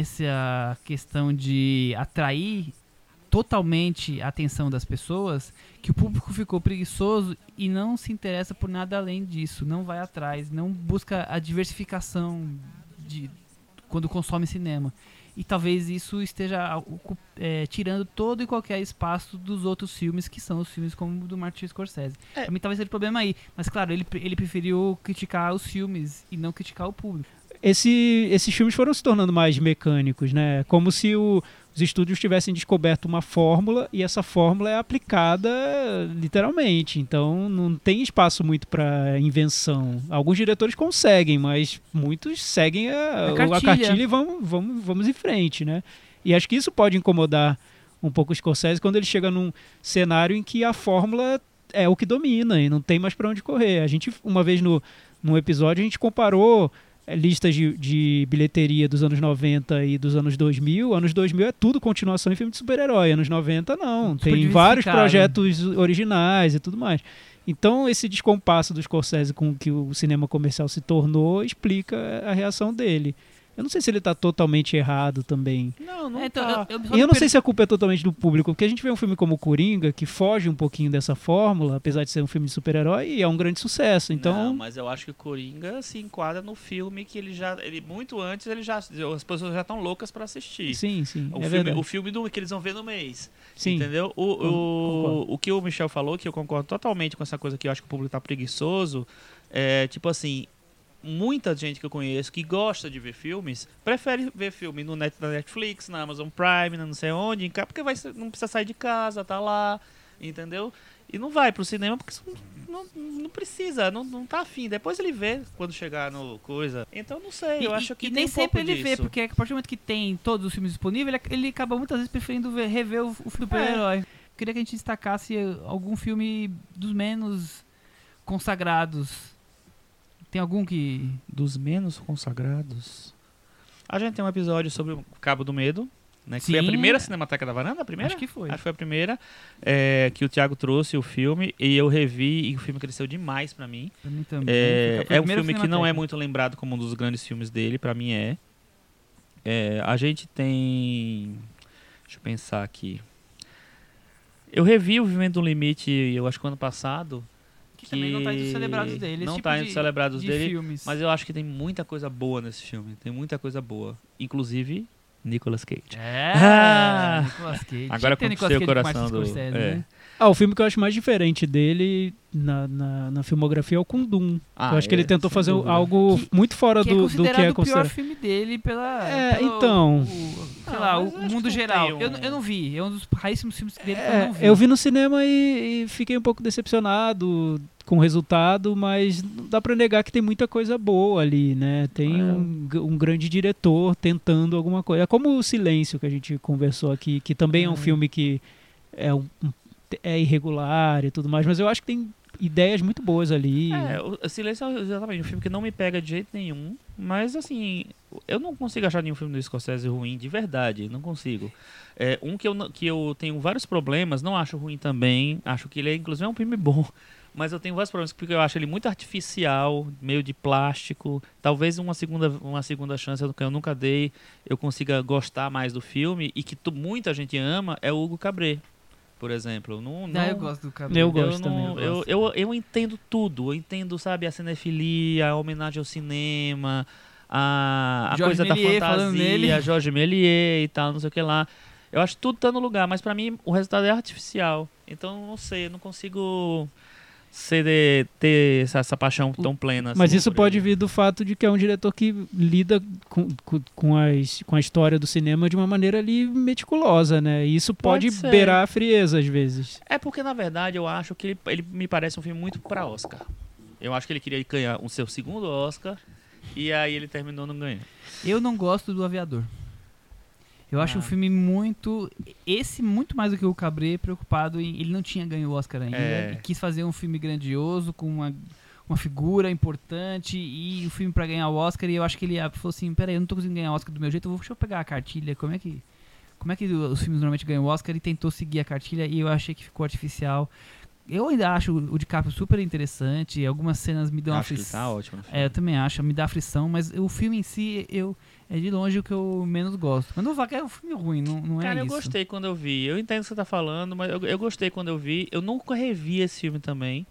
nessa questão de atrair totalmente a atenção das pessoas que o público ficou preguiçoso e não se interessa por nada além disso, não vai atrás, não busca a diversificação de quando consome cinema. E talvez isso esteja é, tirando todo e qualquer espaço dos outros filmes, que são os filmes como o do Martin Scorsese. É. Pra mim talvez seja o problema aí. Mas claro, ele, ele preferiu criticar os filmes e não criticar o público. Esse, esses filmes foram se tornando mais mecânicos, né? Como se o, os estúdios tivessem descoberto uma fórmula e essa fórmula é aplicada literalmente. Então não tem espaço muito para invenção. Alguns diretores conseguem, mas muitos seguem a, a cartilha, a cartilha e vamos, vamos, vamos em frente, né? E acho que isso pode incomodar um pouco o Scorsese quando ele chega num cenário em que a fórmula é o que domina e não tem mais para onde correr. A gente, uma vez no, num episódio, a gente comparou listas de, de bilheteria dos anos noventa e dos anos dois mil. Anos dois mil é tudo continuação em filme de super-herói. Anos noventa não. Tem vários projetos originais e tudo mais. Então esse descompasso do Scorsese com o que o cinema comercial se tornou explica a reação dele. Eu não sei se ele está totalmente errado também. Não, não é, então, tá. Eu, eu, e eu não sei se a culpa é totalmente do público, porque a gente vê um filme como Coringa, que foge um pouquinho dessa fórmula, apesar de ser um filme de super-herói, e é um grande sucesso. Então... Não, mas eu acho que o Coringa se enquadra no filme que ele já... Ele, muito antes, ele já, as pessoas já estão loucas para assistir. Sim, sim, o é filme, verdade. O filme do, que eles vão ver no mês. Sim. Entendeu? O, o, o que o Michel falou, que eu concordo totalmente com essa coisa que eu acho que o público tá preguiçoso, é tipo assim... Muita gente que eu conheço que gosta de ver filmes prefere ver filme no net, na Netflix, na Amazon Prime, não sei onde, porque vai, não precisa sair de casa, tá lá, entendeu? E não vai pro cinema porque não, não precisa, não, não tá afim. Depois ele vê quando chegar no coisa. Então não sei, eu e, acho que e tem nem um sempre pouco ele disso. vê, porque a partir do momento que tem todos os filmes disponíveis, ele, ele acaba muitas vezes preferindo ver, rever o, o super-herói. É. Queria que a gente destacasse algum filme dos menos consagrados. Tem algum que... Dos menos consagrados? A gente tem um episódio sobre o Cabo do Medo, né? Que Sim. foi a primeira Cinemateca da Varanda? A primeira? Acho que foi. Acho que foi a primeira. É, que o Thiago trouxe o filme e eu revi e o filme cresceu demais pra mim. Pra mim também. É, Foi a é um primeira filme que não é Cinemateca. muito lembrado como um dos grandes filmes dele, pra mim é. É, a gente tem... Deixa eu pensar aqui. Eu revi o Vivendo no Limite, eu acho que ano passado... Que também não tá entre os celebrados dele. Não esse tá tipo entre os de, celebrados de dele, filmes. mas eu acho que tem muita coisa boa nesse filme. Tem muita coisa boa. Inclusive, Nicolas Cage. É, Ah! Nicolas Cage. Agora Tinha que ter conquistei o Nicolas Cage com coração Martin do... Scorsese, é. né? Ah, o filme que eu acho mais diferente dele na, na, na filmografia é o Kundun. Ah, eu acho que ele é, tentou sem fazer dúvida. algo Que- muito fora Que é do, do que considerado é o pior considerado. filme dele pela. É, pelo- então. o- sei Ah, lá, mas o eu acho mundo que não geral. tem Eu, um- eu não vi. É um dos raríssimos filmes dele que eu É, não vi. eu vi no cinema e, e fiquei um pouco decepcionado com o resultado, mas não dá pra negar que tem muita coisa boa ali, né? Tem É. um, g- um grande diretor tentando alguma coisa. É como o Silêncio que a gente conversou aqui, que também é um Hum. filme que é, um, um- é irregular e tudo mais, mas eu acho que tem ideias muito boas ali. É, o o Silêncio é exatamente um filme que não me pega de jeito nenhum, mas assim, eu não consigo achar nenhum filme do Scorsese ruim, de verdade, não consigo. É, um que eu, não- que eu tenho vários problemas, não acho ruim também, acho que ele é, inclusive, é um filme bom, mas eu tenho vários problemas porque eu acho ele muito artificial, meio de plástico, talvez uma segunda, uma segunda chance eu, eu nunca dei, eu consiga gostar mais do filme, e que tu- muita gente ama, é o Hugo Cabret, por exemplo. Não, não, Ah, eu gosto do cabelo. Eu gosto não- também, eu Eu, gosto. eu, eu entendo tudo. Eu entendo, sabe, a cinefilia, a homenagem ao cinema, a, a Jorge coisa Méliès da falando nele. fantasia, Jorge Méliès e tal, não sei o que lá. Eu acho que tudo tá no lugar, mas pra mim o resultado é artificial. Então, não sei, eu não consigo ser de- ter essa, essa paixão tão plena. Mas assim isso por pode ele. vir do fato de que é um diretor que lida com, com, com, as, com a história do cinema de uma maneira ali meticulosa, né? E isso pode, Pode ser. beirar a frieza às vezes. É porque, na verdade, eu acho que ele, ele me parece um filme muito pra Oscar. Eu acho que ele queria ganhar o seu segundo Oscar e aí ele terminou não ganhando. Eu não gosto do Aviador. Eu acho Ah. um filme muito. Esse, muito mais do que o Cabret, preocupado em. Ele não tinha ganho o Oscar ainda. É. E quis fazer um filme grandioso, com uma, uma figura importante. E o filme pra ganhar o Oscar. E eu acho que ele ah, falou assim: peraí, eu não tô conseguindo ganhar o Oscar do meu jeito. Eu vou, deixa eu pegar a cartilha. Como é que. Como é que os filmes normalmente ganham o Oscar? E tentou seguir a cartilha. E eu achei que ficou artificial. Eu ainda acho o DiCaprio super interessante. Algumas cenas me dão acho que ele aflição. tá ótimo no filme. É, eu também acho, me dá aflição, mas o filme em si, eu é de longe o que eu menos gosto. Mas não vou falar que é um filme ruim, não, não é Cara, eu isso. gostei quando eu vi. Eu entendo o que você tá falando, mas eu, eu gostei quando eu vi. Eu nunca revi esse filme também.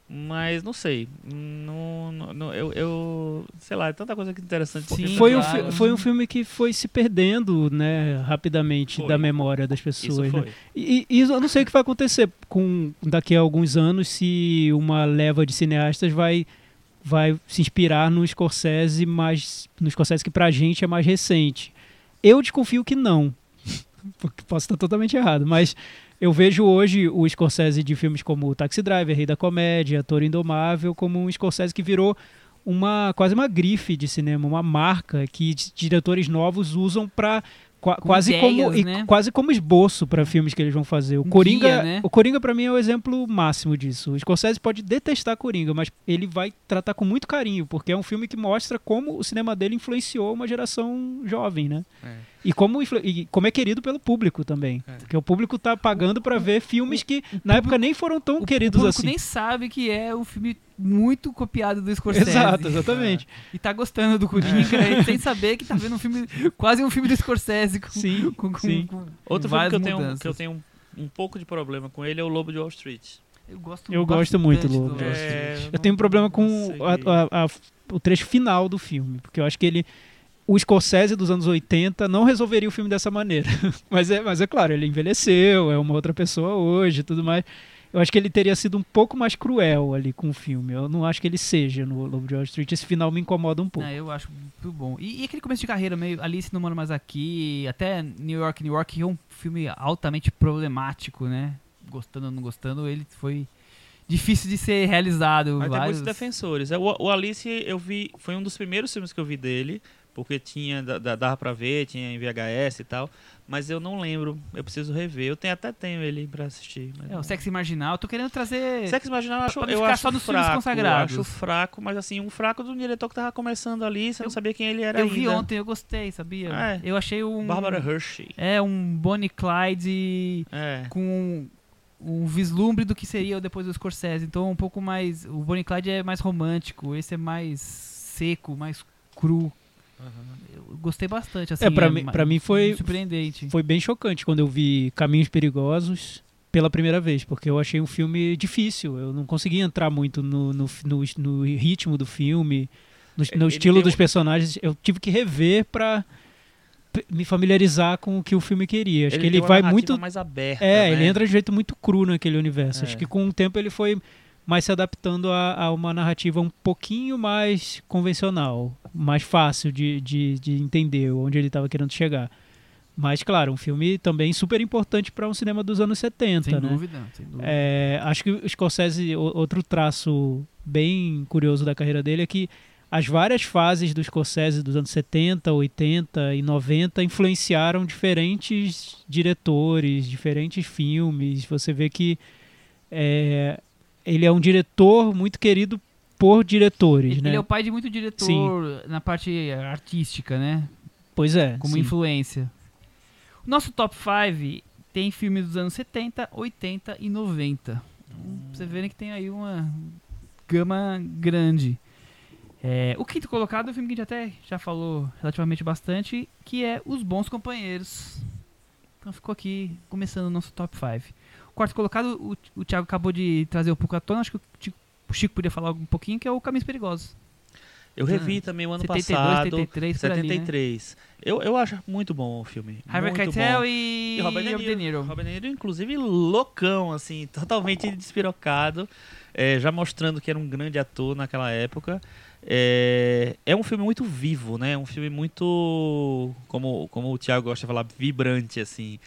Mas não sei. Não, não, não- eu, eu. Sei lá, é tanta coisa que interessante. Sim, porque- Foi um, claro. fi- foi um filme que foi se perdendo, né, rapidamente Foi. da memória das Isso pessoas. né? foi. E, e eu não sei o que vai acontecer com daqui a alguns anos se uma leva de cineastas vai vai se inspirar no Scorsese, mas no Scorsese que pra gente é mais recente. Eu desconfio que não. Porque posso estar totalmente errado, mas eu vejo hoje o Scorsese de filmes como Taxi Driver, Rei da Comédia, Toro Indomável, como um Scorsese que virou uma quase uma grife de cinema, uma marca que d- diretores novos usam para quase ideias, como e né? quase como esboço para filmes que eles vão fazer. O Um Coringa, guia, né? o Coringa para mim é o exemplo máximo disso. O Scorsese pode detestar Coringa, mas ele vai tratar com muito carinho, porque é um filme que mostra como o cinema dele influenciou uma geração jovem, né? É. E como, influ- e como é querido pelo público também. É. Porque o público tá pagando para ver filmes que na época nem foram tão O, queridos o público assim. nem sabe que é um filme muito copiado do Scorsese. Exato, exatamente. E tá gostando do Coringa, e sem saber que tá vendo um filme, quase um filme do Scorsese. Com, Sim, com, com, sim. com Outro filme várias que eu, tenho, mudanças. que eu tenho um, um pouco de problema com ele é o Lobo de Wall Street. Eu gosto, Eu gosto muito do do Lobo de Wall Wall É, Street. Eu tenho um problema com não a- sei. a- a- o trecho final do filme, porque eu acho que ele o Scorsese dos anos oitenta não resolveria o filme dessa maneira. mas, é, mas é claro, ele envelheceu, é uma outra pessoa hoje e tudo mais. Eu acho que ele teria sido um pouco mais cruel ali com o filme. Eu não acho que ele seja no Lobo de Wall Street. Esse final me incomoda um pouco. Não, eu acho muito bom. E, e aquele começo de carreira, meio Alice Não Mora Mais Aqui, até New York, New York, que é um filme altamente problemático, né? Gostando ou não gostando, ele foi difícil de ser realizado. Mas tem vários... muitos defensores. É, O, o Alice, eu vi, foi um dos primeiros filmes que eu vi dele, porque tinha, da- da- dava pra ver, tinha em V H S e tal, mas eu não lembro, eu preciso rever. Eu tenho, até tenho ele pra assistir. Mas É, não- o Sexy Marginal, eu tô querendo trazer... Sexo Marginal eu acho, pra não eu ficar acho só nos filmes fraco, consagrados. eu acho fraco, mas assim, um fraco do diretor que tava começando ali, você Eu- não sabia quem ele era Eu ainda. vi ontem, eu gostei, sabia? É. Eu achei um... Barbara Hershey. É, um Bonnie Clyde É. com um, um vislumbre do que seria depois do Scorsese. Então um pouco mais... O Bonnie Clyde é mais romântico, esse é mais seco, mais cru. Eu gostei bastante, assim. É, pra mim- ma- pra mim foi- surpreendente. Foi bem chocante quando eu vi Caminhos Perigosos pela primeira vez, porque eu achei um filme difícil. Eu não conseguia entrar muito no, no, no, no ritmo do filme, no, no Ele estilo tem dos um- personagens. Eu tive que rever pra, pe- me familiarizar com o que o filme queria. Acho que ele tem uma vai narrativa muito... mais aberta, É, né? ele entra de jeito muito cru naquele universo. É. Acho que com o tempo ele foi mais se adaptando a, a uma narrativa um pouquinho mais convencional, mais fácil de, de, de entender onde ele estava querendo chegar. Mas, claro, um filme também super importante para um cinema dos anos setenta, Sem né? dúvida, sem dúvida. É, acho que o Scorsese, o- outro traço bem curioso da carreira dele é que as várias fases do Scorsese dos anos setenta, oitenta e noventa influenciaram diferentes diretores, diferentes filmes. Você vê que é, ele é um diretor muito querido por diretores, Ele, né? ele é o pai de muito diretor Sim. na parte artística, né? Pois é. Como sim. influência. O nosso top cinco tem filmes dos anos setenta, oitenta e noventa. Então, pra você verem que tem aí uma gama grande. É, o quinto colocado é um filme que a gente até já falou relativamente bastante, que é Os Bons Companheiros. Então ficou aqui, começando o nosso top cinco. O quarto colocado, o, o Thiago acabou de trazer um pouco à tona, acho que o Chico, o Chico podia falar um pouquinho, que é o Caminhos Perigosos. Eu revi também o ano setenta e dois, passado. setenta e três, por ali, setenta e né? três. Eu, eu acho muito bom o filme. Harvey muito Keitel bom. e, E Robert De Niro. De Niro. Robert De Niro, inclusive, loucão, assim, totalmente despirocado, é, já mostrando que era um grande ator naquela época. É, é um filme muito vivo, né? Um filme muito, como, como o Thiago gosta de falar, vibrante, assim.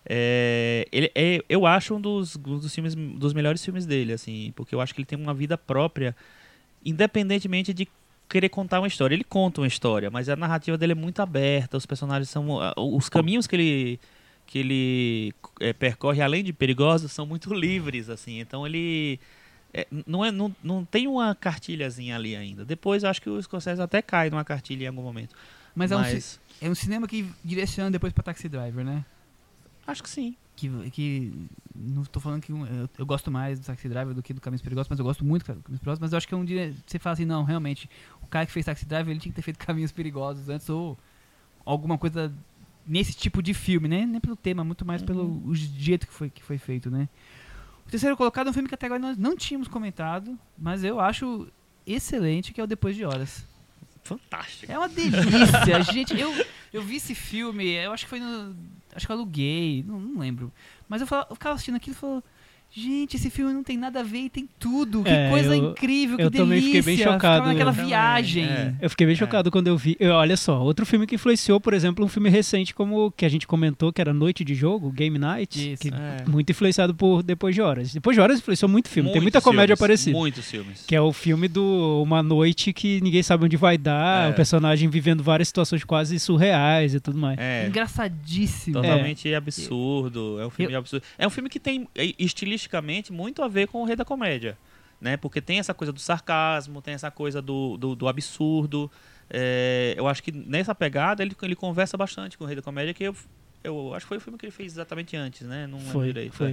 É, ele é, eu acho um dos, dos, filmes, dos melhores filmes dele, assim, porque eu acho que ele tem uma vida própria, independentemente de querer contar uma história. Ele conta uma história, mas a narrativa dele é muito aberta, os personagens são... Os caminhos que ele, que ele é, percorre, além de perigosos, são muito livres, assim. Então ele... É, não, é, não, não tem uma cartilhazinha ali ainda. Depois eu acho que o Scorsese até cai numa cartilha em algum momento. Mas, é, um, Mas ci- é um cinema que direciona depois pra Taxi Driver, né? acho que sim. Que, que não tô falando que um- eu, eu gosto mais do Taxi Driver do que do Caminhos Perigosos, mas eu gosto muito do Caminhos Perigosos, mas eu acho que é um dia você fala assim, não, realmente, o cara que fez Taxi Driver, ele tinha que ter feito Caminhos Perigosos antes, ou alguma coisa nesse tipo de filme, né? Nem pelo tema, muito mais pelo o jeito que foi, que foi feito, né? O terceiro colocado é um filme que até agora nós não tínhamos comentado, mas eu acho excelente, que é o Depois de Horas. Fantástico. É uma delícia, gente. Eu, eu vi esse filme, eu acho que foi no. Acho que eu aluguei, não, não lembro. Mas eu, falava, eu ficava assistindo aquilo e falava, gente, esse filme não tem nada a ver e tem tudo. Que É, coisa eu- incrível, que eu delícia. também fiquei bem Ficava chocado. naquela Eu também, viagem. é. Eu fiquei bem chocado quando eu vi. eu- olha só, outro filme que influenciou, por exemplo, um filme recente como o que a gente comentou, que era Noite de Jogo, Game Night, Isso. que É. muito influenciado por Depois de Horas. Depois de Horas influenciou muito filme. Tem muita Muitos comédia filmes, parecida. Muitos filmes. Que é o filme do Uma Noite que ninguém sabe onde vai dar, É. o personagem vivendo várias situações quase surreais e tudo mais. É, Engraçadíssimo. totalmente absurdo. É um filme Eu- absurdo. É um filme que tem, eh, estilisticamente, muito a ver com o Rei da Comédia. Né? Porque tem essa coisa do sarcasmo, tem essa coisa do, do, do absurdo. É, eu acho que nessa pegada ele, ele conversa bastante com o Rei da Comédia, que eu, eu acho que foi o filme que ele fez exatamente antes, né? Não lembro Foi, direito. foi. é.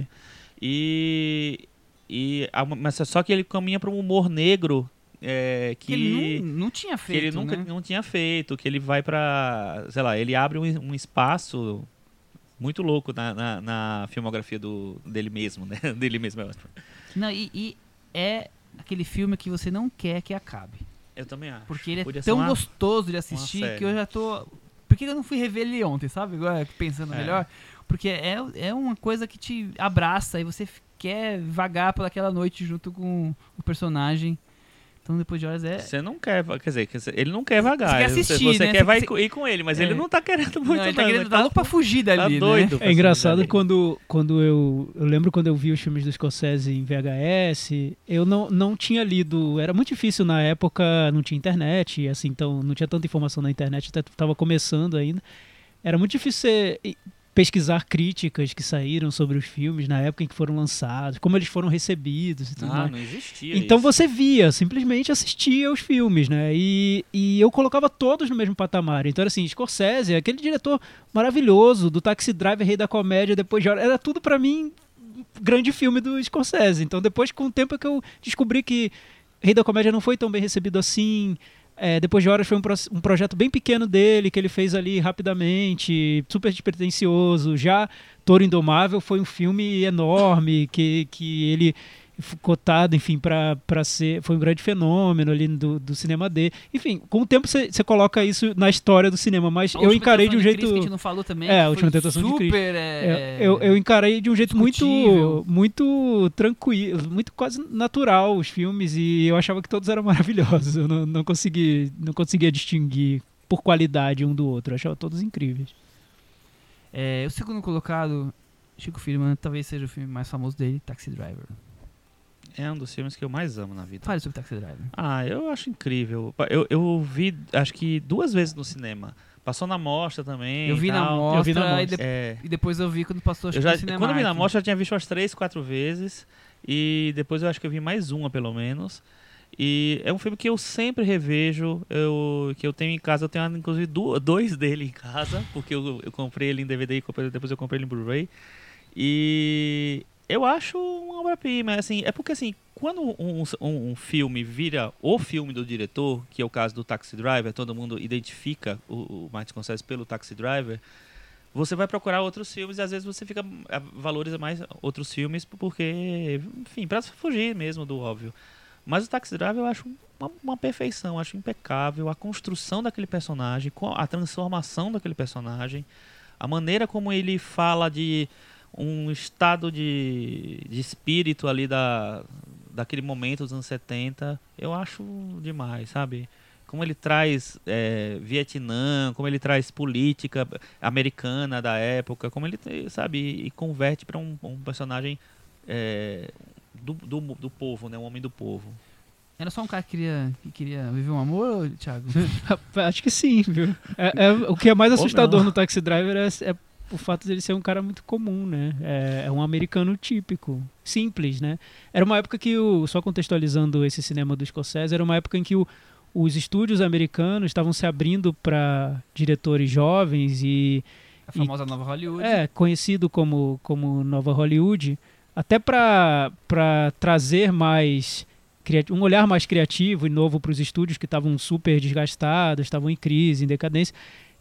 E, e a- mas só que ele caminha para um humor negro é, que, Que ele não, não tinha que feito, ele nunca né? não tinha feito, que ele vai para, sei lá, ele abre um, um espaço muito louco na, na, na filmografia do, dele mesmo, né? Dele mesmo, eu acho. Não, e, e é aquele filme que você não quer que acabe. Eu também acho. Porque ele é Podia ser tão uma- gostoso de assistir série. que eu já tô... Por que eu não fui rever ele ontem, sabe? Agora, pensando É. melhor. Porque é, é uma coisa que te abraça e você f- quer vagar pelaquela noite junto com o personagem. Então, Depois de Horas é... Você não quer, quer dizer, quer dizer, ele não quer vagar. Você quer Você- assistir, você né? quer Você- vai você- co- ir com ele, mas É. ele não tá querendo muito Não, ele tá, não, querendo, ele tá louco pra fugir tá dali, doido. né? pra É engraçado assistir quando, quando eu. Eu lembro quando eu vi os filmes do Scorsese em V H S, eu não, não tinha lido. Era muito difícil na época, não tinha internet, assim, então não tinha tanta informação na internet, até estava começando ainda. Era muito difícil você pesquisar críticas que saíram sobre os filmes na época em que foram lançados, como eles foram recebidos e tudo Ah, mais. não existia Então isso. você via, simplesmente assistia aos filmes, né? E, e eu colocava todos no mesmo patamar. Então era assim, Scorsese, aquele diretor maravilhoso do Taxi Driver, Rei da Comédia, Depois de Horas, era tudo pra mim grande filme do Scorsese. Então depois, com o tempo, é que eu descobri que Rei da Comédia não foi tão bem recebido assim. É, Depois de Horas foi um, pro- um projeto bem pequeno dele, que ele fez ali rapidamente, super despretensioso. Já Touro Indomável foi um filme enorme, que, que ele cotado, enfim, pra, pra ser... Foi um grande fenômeno ali do, do cinema D. Enfim, com o tempo você coloca isso na história do cinema, mas A eu Última encarei de Tentação um jeito... Cristo, que a gente não falou também. É, a que Última foi Tentação de super, Cristo. é, É, eu, eu encarei de um jeito muito, discutível. muito tranquilo, muito quase natural os filmes, e eu achava que todos eram maravilhosos. Eu não, não, consegui, não conseguia distinguir por qualidade um do outro. Eu achava todos incríveis. É, o segundo colocado, Chico Firman, talvez seja o filme mais famoso dele, Taxi Driver. É um dos filmes que eu mais amo na vida. Fale sobre Taxi Driver. Ah, eu acho incrível. Eu, eu vi, acho que duas vezes no cinema. Passou na mostra também. Eu vi e na tal. mostra, Eu vi na e, mostra. de- É, e depois eu vi quando passou acho eu que já, no cinema. quando eu vi na mostra, eu tinha visto umas três, quatro vezes. E depois eu acho que eu vi mais uma, pelo menos. E é um filme que eu sempre revejo. Eu, que eu tenho em casa. Eu tenho, inclusive, do- dois dele em casa. Porque eu, eu comprei ele em D V D e comprei- depois eu comprei ele em Blu-ray. E eu acho uma obra-prima. Assim, é porque, assim, quando um, um, um filme vira o filme do diretor, que é o caso do Taxi Driver, todo mundo identifica o, o Martin Scorsese pelo Taxi Driver, você vai procurar outros filmes e às vezes você fica a- valoriza mais outros filmes porque, enfim, para fugir mesmo do óbvio. Mas o Taxi Driver eu acho uma, uma perfeição, eu acho impecável a construção daquele personagem, co- a transformação daquele personagem, a maneira como ele fala de um estado de, de espírito ali da, daquele momento dos anos setenta, eu acho demais, sabe? Como ele traz é, Vietnã, como ele traz política americana da época, como ele, sabe, e, e converte para um, um personagem é, do, do, do povo, né? Um homem do povo. Era só um cara que queria, que queria viver um amor, Thiago? Acho que sim, viu? É, é- o que é mais Ou assustador não. no Taxi Driver é, é o fato dele ser um cara muito comum, né? É, é um americano típico, simples, né? Era uma época que, o, só contextualizando esse cinema do Scorsese, era uma época em que o, os estúdios americanos estavam se abrindo para diretores jovens e A famosa Nova Hollywood. é conhecido como, como Nova Hollywood, até para trazer mais criati- um olhar mais criativo e novo para os estúdios que estavam super desgastados, estavam em crise, em decadência.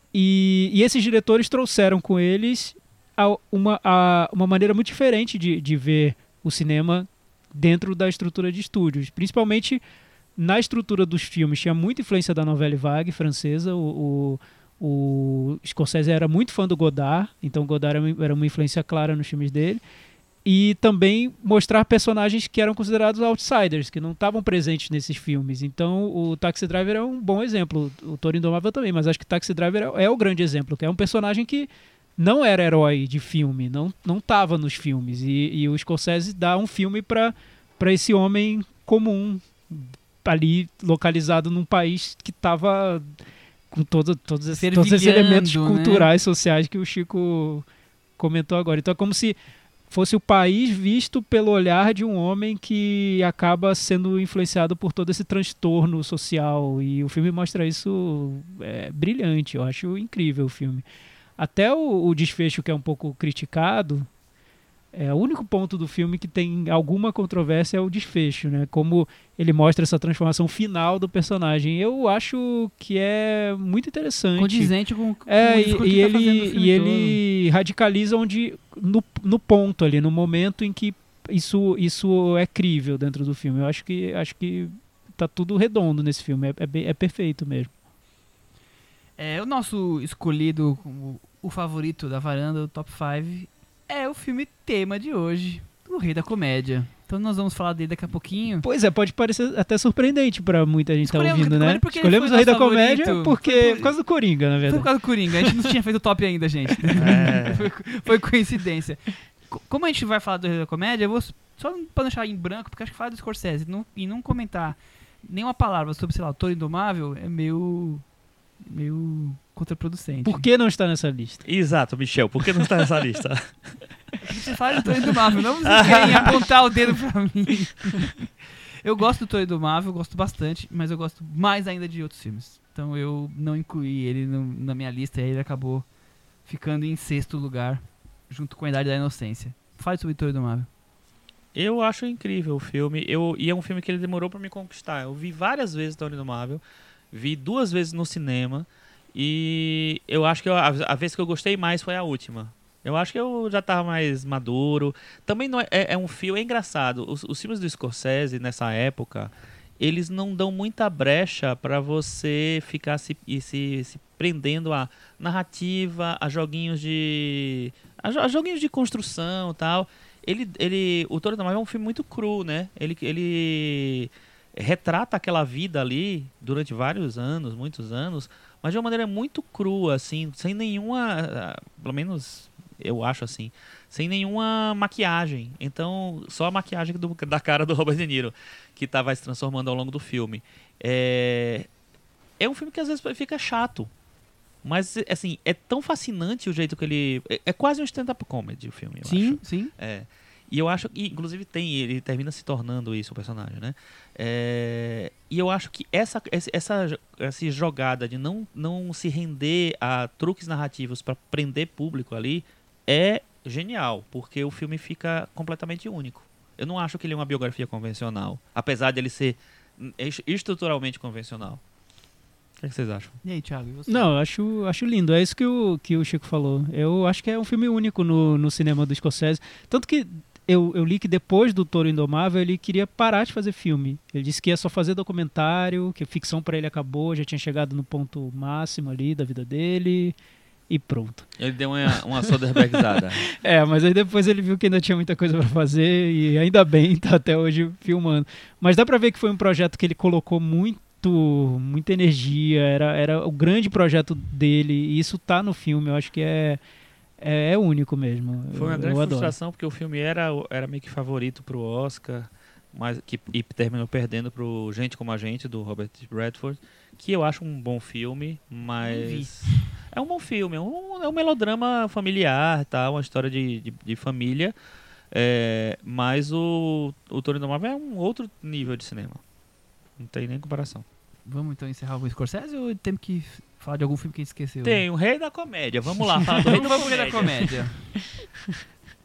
E, e esses diretores trouxeram com eles a- uma, a- uma maneira muito diferente de, de ver o cinema dentro da estrutura de estúdios. Principalmente na estrutura dos filmes. Tinha muita influência da Nouvelle Vague francesa. O, o, o Scorsese era muito fã do Godard, então Godard era uma, era uma influência clara nos filmes dele. E também mostrar personagens que eram considerados outsiders, que não estavam presentes nesses filmes. Então o Taxi Driver é um bom exemplo, o Toro Indomável também, mas acho que Taxi Driver é, é o grande exemplo, que é um personagem que não era herói de filme, não não estava nos filmes. E, e o Scorsese dá um filme para esse homem comum, ali localizado num país que estava com todo, todos, esses, todos esses Fervilhando, elementos né? culturais, sociais que o Chico comentou agora. Então é como se fosse o país visto pelo olhar de um homem que acaba sendo influenciado por todo esse transtorno social, e o filme mostra isso é, brilhante. Eu acho incrível o filme. Até o, o desfecho, que é um pouco criticado, é o único ponto do filme que tem alguma controvérsia, é o desfecho, né? Como ele mostra essa transformação final do personagem. Eu acho que é muito interessante. Condizente com, com É, o e, discurso e que tá fazendo no ele, filme e ele radicaliza onde no, no ponto ali, no momento em que isso, isso é crível dentro do filme. Eu acho que acho que tá tudo redondo nesse filme, é, é, bem- é perfeito mesmo. É, o nosso escolhido como o favorito da varanda, o top cinco, é o filme tema de hoje, O Rei da Comédia. Então nós vamos falar dele daqui a pouquinho. Pois é, pode parecer até surpreendente pra muita gente estar tá Escolhemos ouvindo, o Rei da né? Comédia porque ele Escolhemos foi o Rei da nosso Comédia favorito. porque, Foi por- por causa do Coringa, na Foi por verdade. causa do Coringa, a gente não tinha feito o top ainda, gente. É. foi, foi coincidência. Co- Como a gente vai falar do Rei da Comédia, eu vou s- só pra deixar em branco, porque acho que falar do Scorsese e não, e não comentar nenhuma palavra sobre, sei lá, o Toro Indomável é meio, meio contraproducente. Por que não está nessa lista? Exato, Michel, por que não está nessa lista? Você fala do Toro Indomável, não vocês querem apontar o dedo pra mim. Eu gosto do Toro Indomável, gosto bastante, mas eu gosto mais ainda de outros filmes. Então eu não incluí ele no- na minha lista e aí ele acabou ficando em sexto lugar, junto com A Idade da Inocência. Fale sobre o Toro Indomável. Eu acho incrível o filme, eu, e é um filme que ele demorou pra me conquistar. Eu vi várias vezes Toro Indomável, vi duas vezes no cinema, e eu acho que eu- a, a vez que eu gostei mais foi a última. Eu acho que eu já tava mais maduro. Também não é, é, é um filme, é engraçado. Os, os filmes do Scorsese nessa época, eles não dão muita brecha pra você ficar se, e se, se prendendo a narrativa, a joguinhos de a, a joguinhos de construção, e tal. Ele, ele, o Toro Tomás é um filme muito cru, né? Ele, ele retrata aquela vida ali durante vários anos, muitos anos, mas de uma maneira muito crua, assim, sem nenhuma, pelo menos eu acho assim, sem nenhuma maquiagem. Então, só a maquiagem do, da cara do Robert De Niro, que tá, vai se transformando ao longo do filme. É, é um filme que às vezes fica chato, mas assim, é tão fascinante o jeito que ele... É, é quase um stand-up comedy o filme, eu Sim, acho. sim. É. E eu acho que, inclusive, tem, ele termina se tornando isso, o personagem, né? É, e eu acho que essa, essa, essa jogada de não, não se render a truques narrativos para prender público ali é genial, porque o filme fica completamente único. Eu não acho que ele é uma biografia convencional, apesar de ele ser estruturalmente convencional. O que, é que vocês acham? E aí, Thiago, e você? Não, eu acho, acho lindo. É isso que o, que o Chico falou. Eu acho que é um filme único no, no cinema do Scorsese. Tanto que eu, eu li que depois do Toro Indomável ele queria parar de fazer filme. Ele disse que ia só fazer documentário, que a ficção para ele acabou, já tinha chegado no ponto máximo ali da vida dele e pronto. Ele deu uma, uma Soderberghzada. É, mas aí depois ele viu que ainda tinha muita coisa para fazer e ainda bem tá até hoje filmando. Mas dá para ver que foi um projeto que ele colocou muito muita energia, era, era o grande projeto dele, e isso tá no filme, eu acho que é, é, é único mesmo. Foi uma eu, grande eu frustração, porque o filme era, era meio que favorito pro Oscar, mas que, e terminou perdendo pro Gente Como a Gente, do Robert Redford, que eu acho um bom filme, mas... É um bom filme, é um, é um melodrama familiar, tá? Uma história de, de, de família, é, mas o, o Toro Indomável é um outro nível de cinema. Não tem nem comparação. Vamos então encerrar o Scorsese ou temos que falar de algum filme que a gente esqueceu? Tem o Rei da Comédia. Vamos lá, falar do Rei da Vamos pro Rei da Comédia. Comédia.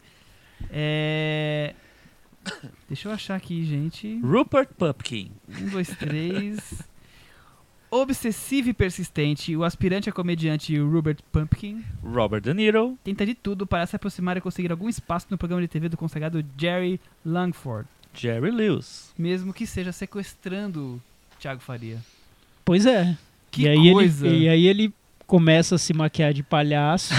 é... Deixa eu achar aqui, gente. Rupert Pupkin. Um, dois, três. Obsessivo e persistente, o aspirante a comediante Rupert Pupkin Robert De Niro. tenta de tudo para se aproximar e conseguir algum espaço no programa de T V do consagrado Jerry Langford, Jerry Lewis. mesmo que seja sequestrando Thiago Faria. Pois é. Que e aí coisa! Ele, e aí ele começa a se maquiar de palhaço,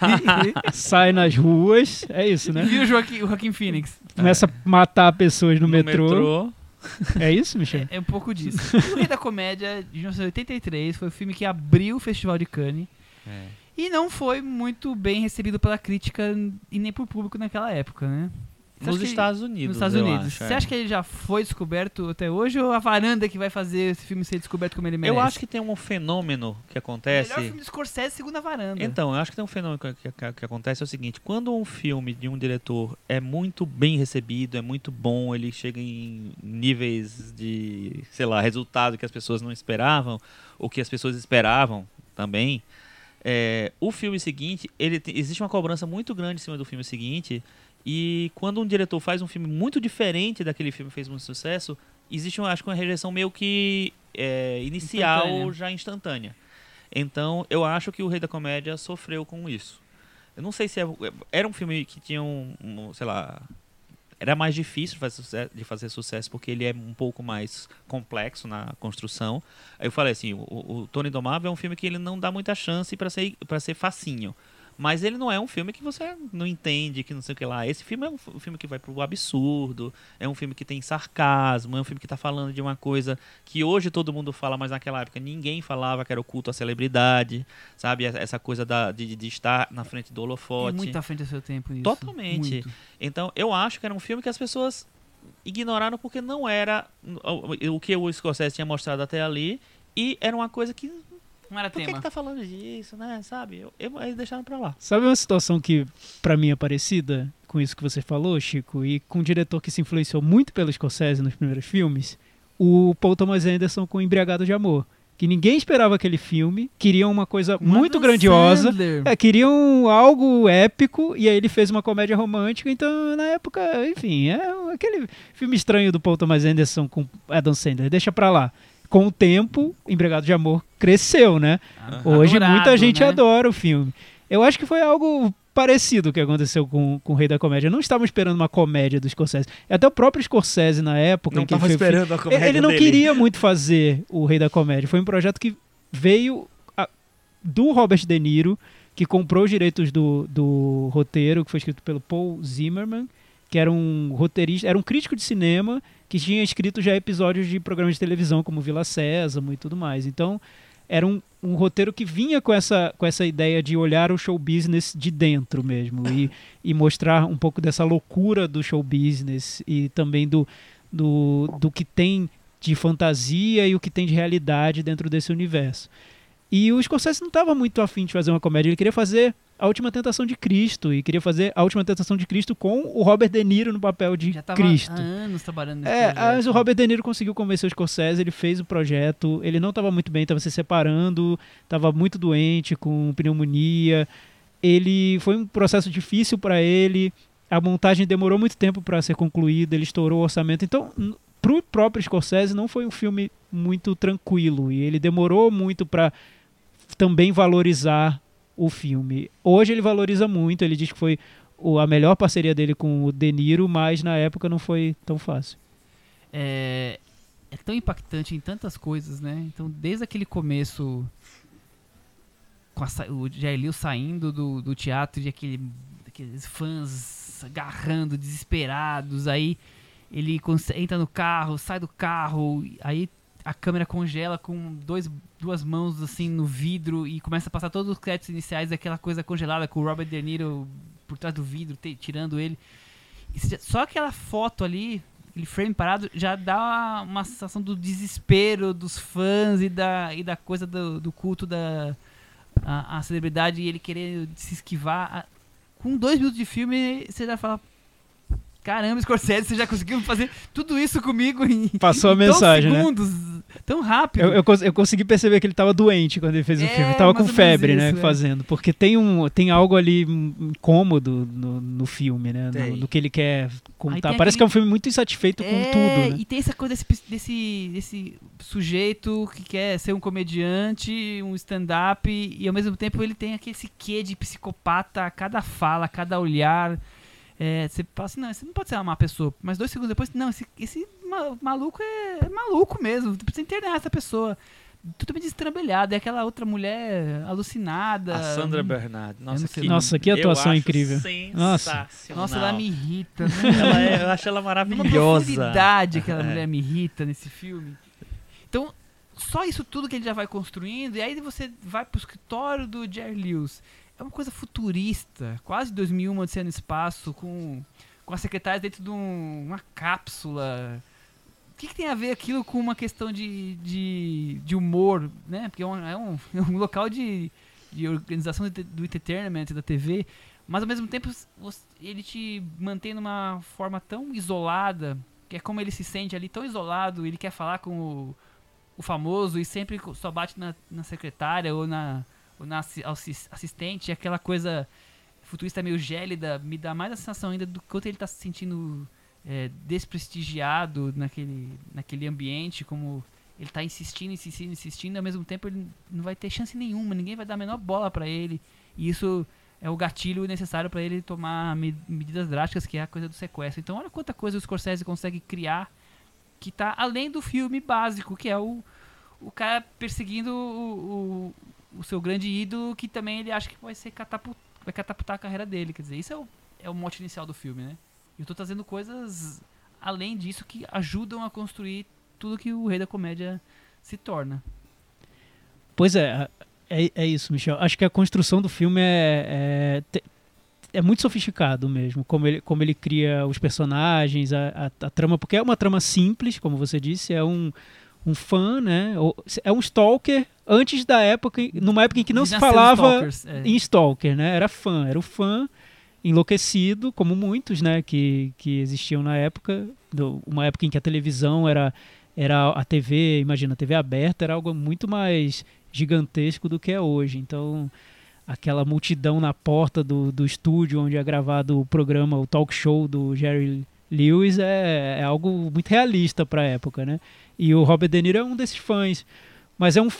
sai nas ruas, é isso, né? Vira o Joaquim, o Joaquim Phoenix. Começa a matar pessoas no, No metrô. metrô. É isso, Michel? É, é um pouco disso. O Rei da Comédia, de mil novecentos e oitenta e três, foi o filme que abriu o Festival de Cannes. É. E não foi muito bem recebido pela crítica e nem por público naquela época, né? Você Nos acha que- Estados Unidos, Nos Estados eu Unidos. acho, Você é. acha que ele já foi descoberto até hoje ou a varanda que vai fazer esse filme ser descoberto como ele merece? Eu acho que tem um fenômeno que o acontece... melhor filme do Scorsese, segundo a varanda. Então, eu acho que tem um fenômeno que, que- que acontece é o seguinte: quando um filme de um diretor é muito bem recebido, é muito bom, ele chega em níveis de, sei lá, resultado que as pessoas não esperavam, ou que as pessoas esperavam também, é, o filme seguinte, ele te- existe uma cobrança muito grande em cima do filme seguinte, e quando um diretor faz um filme muito diferente daquele filme que fez muito sucesso, existe, uma, acho que uma rejeição meio que é, inicial, Instantânea. já instantânea. Então, eu acho que o Rei da Comédia sofreu com isso. Eu não sei se é, era um filme que tinha um, um, sei lá, era mais difícil de fazer, sucesso, de fazer sucesso porque ele é um pouco mais complexo na construção. Aí eu falei assim, o, o Toro Indomável é um filme que ele não dá muita chance para ser para ser facinho. Mas ele não é um filme que você não entende, que não sei o que lá. Esse filme é um, f- um filme que vai pro absurdo, é um filme que tem sarcasmo, é um filme que tá falando de uma coisa que hoje todo mundo fala, mas naquela época ninguém falava, que era o culto à celebridade, sabe? Essa coisa da, de, de estar na frente do É holofote. muito à frente do seu tempo isso. Totalmente. Muito. Então, eu acho que era um filme que as pessoas ignoraram porque não era o, o que o Scorsese tinha mostrado até ali, e era uma coisa que... Não era Por que, tema. que tá falando disso, né? Sabe? Eu, eu, eles deixaram pra lá. Sabe uma situação que pra mim é parecida com isso que você falou, Chico, e com um diretor que se influenciou muito pelo Scorsese nos primeiros filmes? O Paul Thomas Anderson com Embriagado de Amor. Que ninguém esperava aquele filme, queriam uma coisa muito Adam grandiosa, Sandler. é, queriam algo épico, e aí ele fez uma comédia romântica, então na época, enfim, é aquele filme estranho do Paul Thomas Anderson com Adam Sandler, deixa pra lá. Com o tempo, Embriagado de Amor cresceu, né? Hoje Adorado, muita gente né? adora o filme. Eu acho que foi algo parecido que aconteceu com, com o Rei da Comédia. Não estavam esperando uma comédia do Scorsese. Até o próprio Scorsese, na época... Não em que ele estava foi- esperando a comédia Ele não dele. queria muito fazer o Rei da Comédia. Foi um projeto que veio a- do Robert De Niro, que comprou os direitos do, do roteiro, que foi escrito pelo Paul Zimmerman, que era um roteirista, era um crítico de cinema que tinha escrito já episódios de programas de televisão como Vila Sésamo e tudo mais. Então, era um, um roteiro que vinha com essa, com essa ideia de olhar o show business de dentro mesmo e, e mostrar um pouco dessa loucura do show business e também do, do, do que tem de fantasia e o que tem de realidade dentro desse universo. E o Scorsese não estava muito afim de fazer uma comédia, ele queria fazer A Última Tentação de Cristo e queria fazer A Última Tentação de Cristo com o Robert De Niro no papel de Já tava Cristo. há anos trabalhando nesse É, projeto. mas o Robert De Niro conseguiu convencer o Scorsese, ele fez o projeto, ele não estava muito bem, estava se separando, estava muito doente, com pneumonia. Ele foi um processo difícil para ele, a montagem demorou muito tempo para ser concluída, ele estourou o orçamento. Então, n- pro próprio Scorsese não foi um filme muito tranquilo e ele demorou muito para também valorizar o filme. Hoje ele valoriza muito, ele diz que foi o- a melhor parceria dele com o De Niro, mas na época não foi tão fácil. é, é tão impactante em tantas coisas, né? Então, desde aquele começo, com a sa- o Jerry Lewis saindo do, do teatro e aquele, aqueles fãs agarrando, desesperados, aí ele cons- entra no carro, sai do carro, aí a câmera congela com dois, duas mãos assim no vidro e começa a passar todos os créditos iniciais daquela coisa congelada com o Robert De Niro por trás do vidro, te- tirando ele. E se- só aquela foto ali, aquele frame parado, já dá uma sensação do desespero dos fãs e da, e da coisa do, do culto da a, a celebridade e ele querer se esquivar. A- com dois minutos de filme, você já fala: caramba, Scorsese, você já conseguiu fazer tudo isso comigo em, Passou a em mensagem, tão né? segundos, tão rápido. Eu, eu, cons- eu consegui perceber que ele estava doente quando ele fez o É, filme. Ele tava mais com ou febre, menos né, isso, é. fazendo. Porque tem, um, tem algo ali hum, incômodo no, no filme, né? No, Tem. no que ele quer contar. tem Parece aquele- que é um filme muito insatisfeito com É, tudo, né? e tem essa coisa desse, desse, desse sujeito que quer ser um comediante, um stand-up, e ao mesmo tempo ele tem aquele esse quê de psicopata a cada fala, a cada olhar. É, você fala assim: não, você não pode ser uma má pessoa. Mas dois segundos depois, não, esse, esse ma- maluco é, é maluco mesmo. Tu precisa internar essa pessoa. Totalmente destrambelhada. É aquela outra mulher alucinada. A Sandra Hum. Bernard. Nossa, não sei que, o Nossa, que eu atuação acho incrível. Sensacional. Nossa, ela me irrita. Né? Ela é- eu acho ela Uma maravilhosa. profundidade aquela É. mulher me irrita nesse filme. Então, só isso tudo que ele já vai construindo, e aí você vai pro escritório do Jerry Lewis. É uma coisa futurista, quase dois mil e um, Odisseia no Espaço, com, com a secretária dentro de um- uma cápsula. O que, que tem a ver aquilo com uma questão de, de, de humor, né? Porque é um, é um, é um local de, de organização do, do entertainment, da T V, mas ao mesmo tempo você- ele te mantém numa forma tão isolada, que é como ele se sente ali, tão isolado, ele quer falar com o, o famoso e sempre co- só bate na, na secretária ou na, ou na assi- assis- assistente, e aquela coisa futurista meio gélida, me dá mais a sensação ainda do quanto ele está se sentindo é, desprestigiado naquele, naquele ambiente, como ele está insistindo, insistindo, insistindo, e ao mesmo tempo ele não vai ter chance nenhuma, ninguém vai dar a menor bola para ele, e isso é o gatilho necessário para ele tomar me- medidas drásticas, que é a coisa do sequestro. Então olha quanta coisa o Scorsese consegue criar que está além do filme básico, que é o, o cara perseguindo o, o, o seu grande ídolo, que também ele acha que vai ser catapult, vai catapultar a carreira dele. Quer dizer, isso é o, é o mote inicial do filme, né? Eu estou trazendo coisas além disso que ajudam a construir tudo que o Rei da Comédia se torna. Pois é, é, é isso, Michel. Acho que a construção do filme é, é, te- é muito sofisticado mesmo, como ele, como ele cria os personagens, a, a, a trama, porque é uma trama simples, como você disse, é um, um fã, né? Ou- É um stalker antes da época, numa época em que não se Nasceu falava Stalkers, é. em stalker, né? Era fã, era o fã enlouquecido, como muitos, né, que, que existiam na época, do- uma época em que a televisão era, era a T V, imagina, a T V aberta era algo muito mais gigantesco do que é hoje. Então, aquela multidão na porta do, do estúdio onde é gravado o programa, o talk show do Jerry Lewis é, é algo muito realista para a época, né? E o Robert De Niro é um desses fãs. mas é um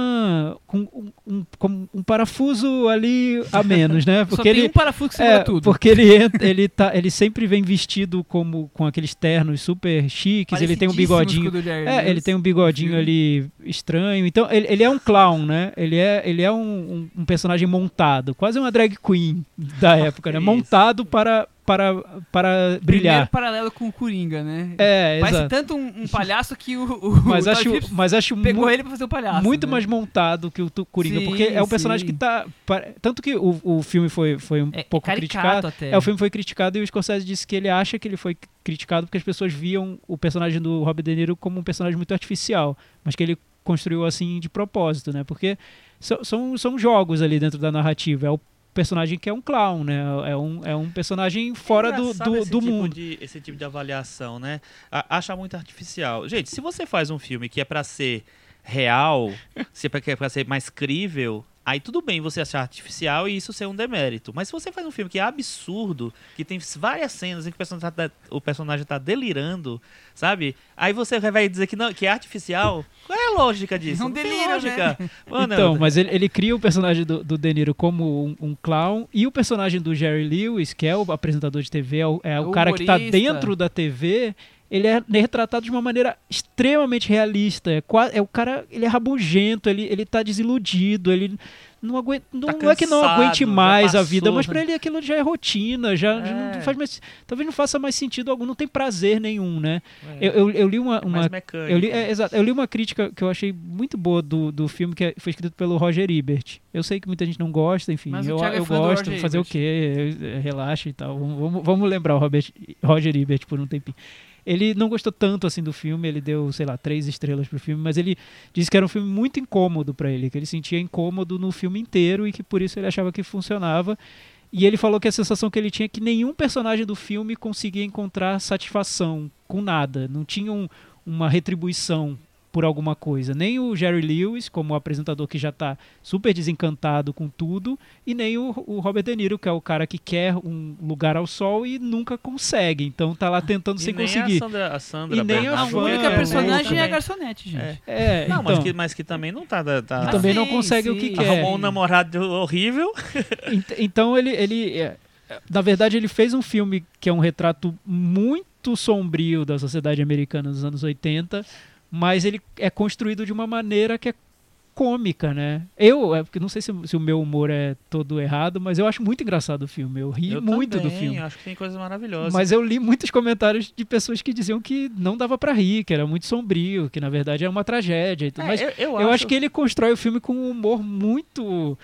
fã com um, um, com um parafuso ali a menos, né? Só Porque tem ele, um parafuso que segura é, tudo. porque ele, entra, ele, tá, ele sempre vem vestido como, com aqueles ternos super chiques, ele tem um bigodinho. Parecidíssimos com o do Jerry É, Lewis. ele tem um bigodinho ali estranho. Então, ele, ele é um clown, né? Ele é, ele é um, um, um personagem montado, quase uma drag queen da época, né? Isso. Montado para, para, para Primeiro brilhar. paralelo com o Coringa, né? É, Parece exato. tanto um, um palhaço que o, o Mas o acho, Todd Phillips mas acho pegou mu- ele pra fazer o palhaço. muito né? mais montado que o tu- Coringa, Sim, porque é um personagem sim. que tá... pa- Tanto que o, o filme foi, foi um É pouco caricato criticado. até. É, o filme foi criticado e o Scorsese disse que ele acha que ele foi criticado porque as pessoas viam o personagem do Robert De Niro como um personagem muito artificial, mas que ele construiu assim de propósito, né? Porque so- são, são jogos ali dentro da narrativa. É o personagem que é um clown, né? É um, é um personagem fora do, Engraçado do, esse do tipo mundo. de- esse tipo de avaliação, né? A- acha muito artificial. Gente, se você faz um filme que é pra ser real, se é pra, que é pra ser mais crível, aí tudo bem você achar artificial e isso ser um demérito. Mas se você faz um filme que é absurdo, que tem várias cenas em que o personagem tá, o personagem tá delirando, sabe? Aí você vai dizer que, não, que é artificial. Qual é a lógica disso? É um Não tem delírio, lógica. né? Mano, Então, mas ele, ele cria o personagem do, do De Niro como um, um clown e o personagem do Jerry Lewis, que é o apresentador de T V, é o, é o O cara que tá humorista. dentro da T V, ele é retratado de uma maneira extremamente realista. É, qua- é o cara, ele é rabugento, ele, ele tá desiludido, ele não aguenta, não, Tá não é que não cansado, aguente já mais a vida, passou, mas né? pra ele aquilo já é rotina, já, já É. não faz mais, talvez não faça mais sentido algum, não tem prazer nenhum, né? é, Eu, eu, eu li uma, é mais uma mecânico. eu li, é, exato, eu li uma crítica que eu achei muito boa do, do filme, que é- foi escrito pelo Roger Ebert. Eu sei que muita gente não gosta, enfim, Mas o eu, Thiago é eu fã do gosto, Roger fazer o Ebert. quê? Eu- Relaxa e tal. Vamos, vamos- vamos lembrar o Robert, Roger Ebert por um tempinho. Ele não gostou tanto assim do filme, ele deu, sei lá, três estrelas pro filme, mas ele disse que era um filme muito incômodo pra ele, que ele sentia incômodo no filme inteiro e que por isso ele achava que funcionava. E ele falou que a sensação que ele tinha é que nenhum personagem do filme conseguia encontrar satisfação com nada, não tinha um- uma retribuição por alguma coisa. Nem o Jerry Lewis, como o apresentador que já tá super desencantado com tudo, e nem o, o Robert De Niro, que é o cara que quer um lugar ao sol e nunca consegue. Então tá lá tentando E sem nem conseguir. A Sandra, a Sandra E nem a Bernard A fã, única é, personagem também. é a garçonete, gente. É. É, Não, então, mas, que, mas que também não tá... tá e Ah, também não sim, consegue o sim. que quer. Arrumou um namorado horrível. Ent- Então ele, ele é, na verdade, ele fez um filme que é um retrato muito sombrio da sociedade americana dos anos oitenta, mas ele é construído de uma maneira que é cômica, né? Eu, é, porque não sei se, se o meu humor é todo errado, mas eu acho muito engraçado o filme. Eu ri Eu muito também, do filme. acho que tem coisas maravilhosas. Mas eu li muitos comentários de pessoas que diziam que não dava pra rir, que era muito sombrio, que na verdade era uma tragédia. E tudo. É, Mas eu, eu, eu acho que ele constrói o filme com um humor muito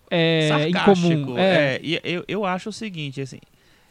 é, incomum. É. É, e eu, eu acho o seguinte, assim...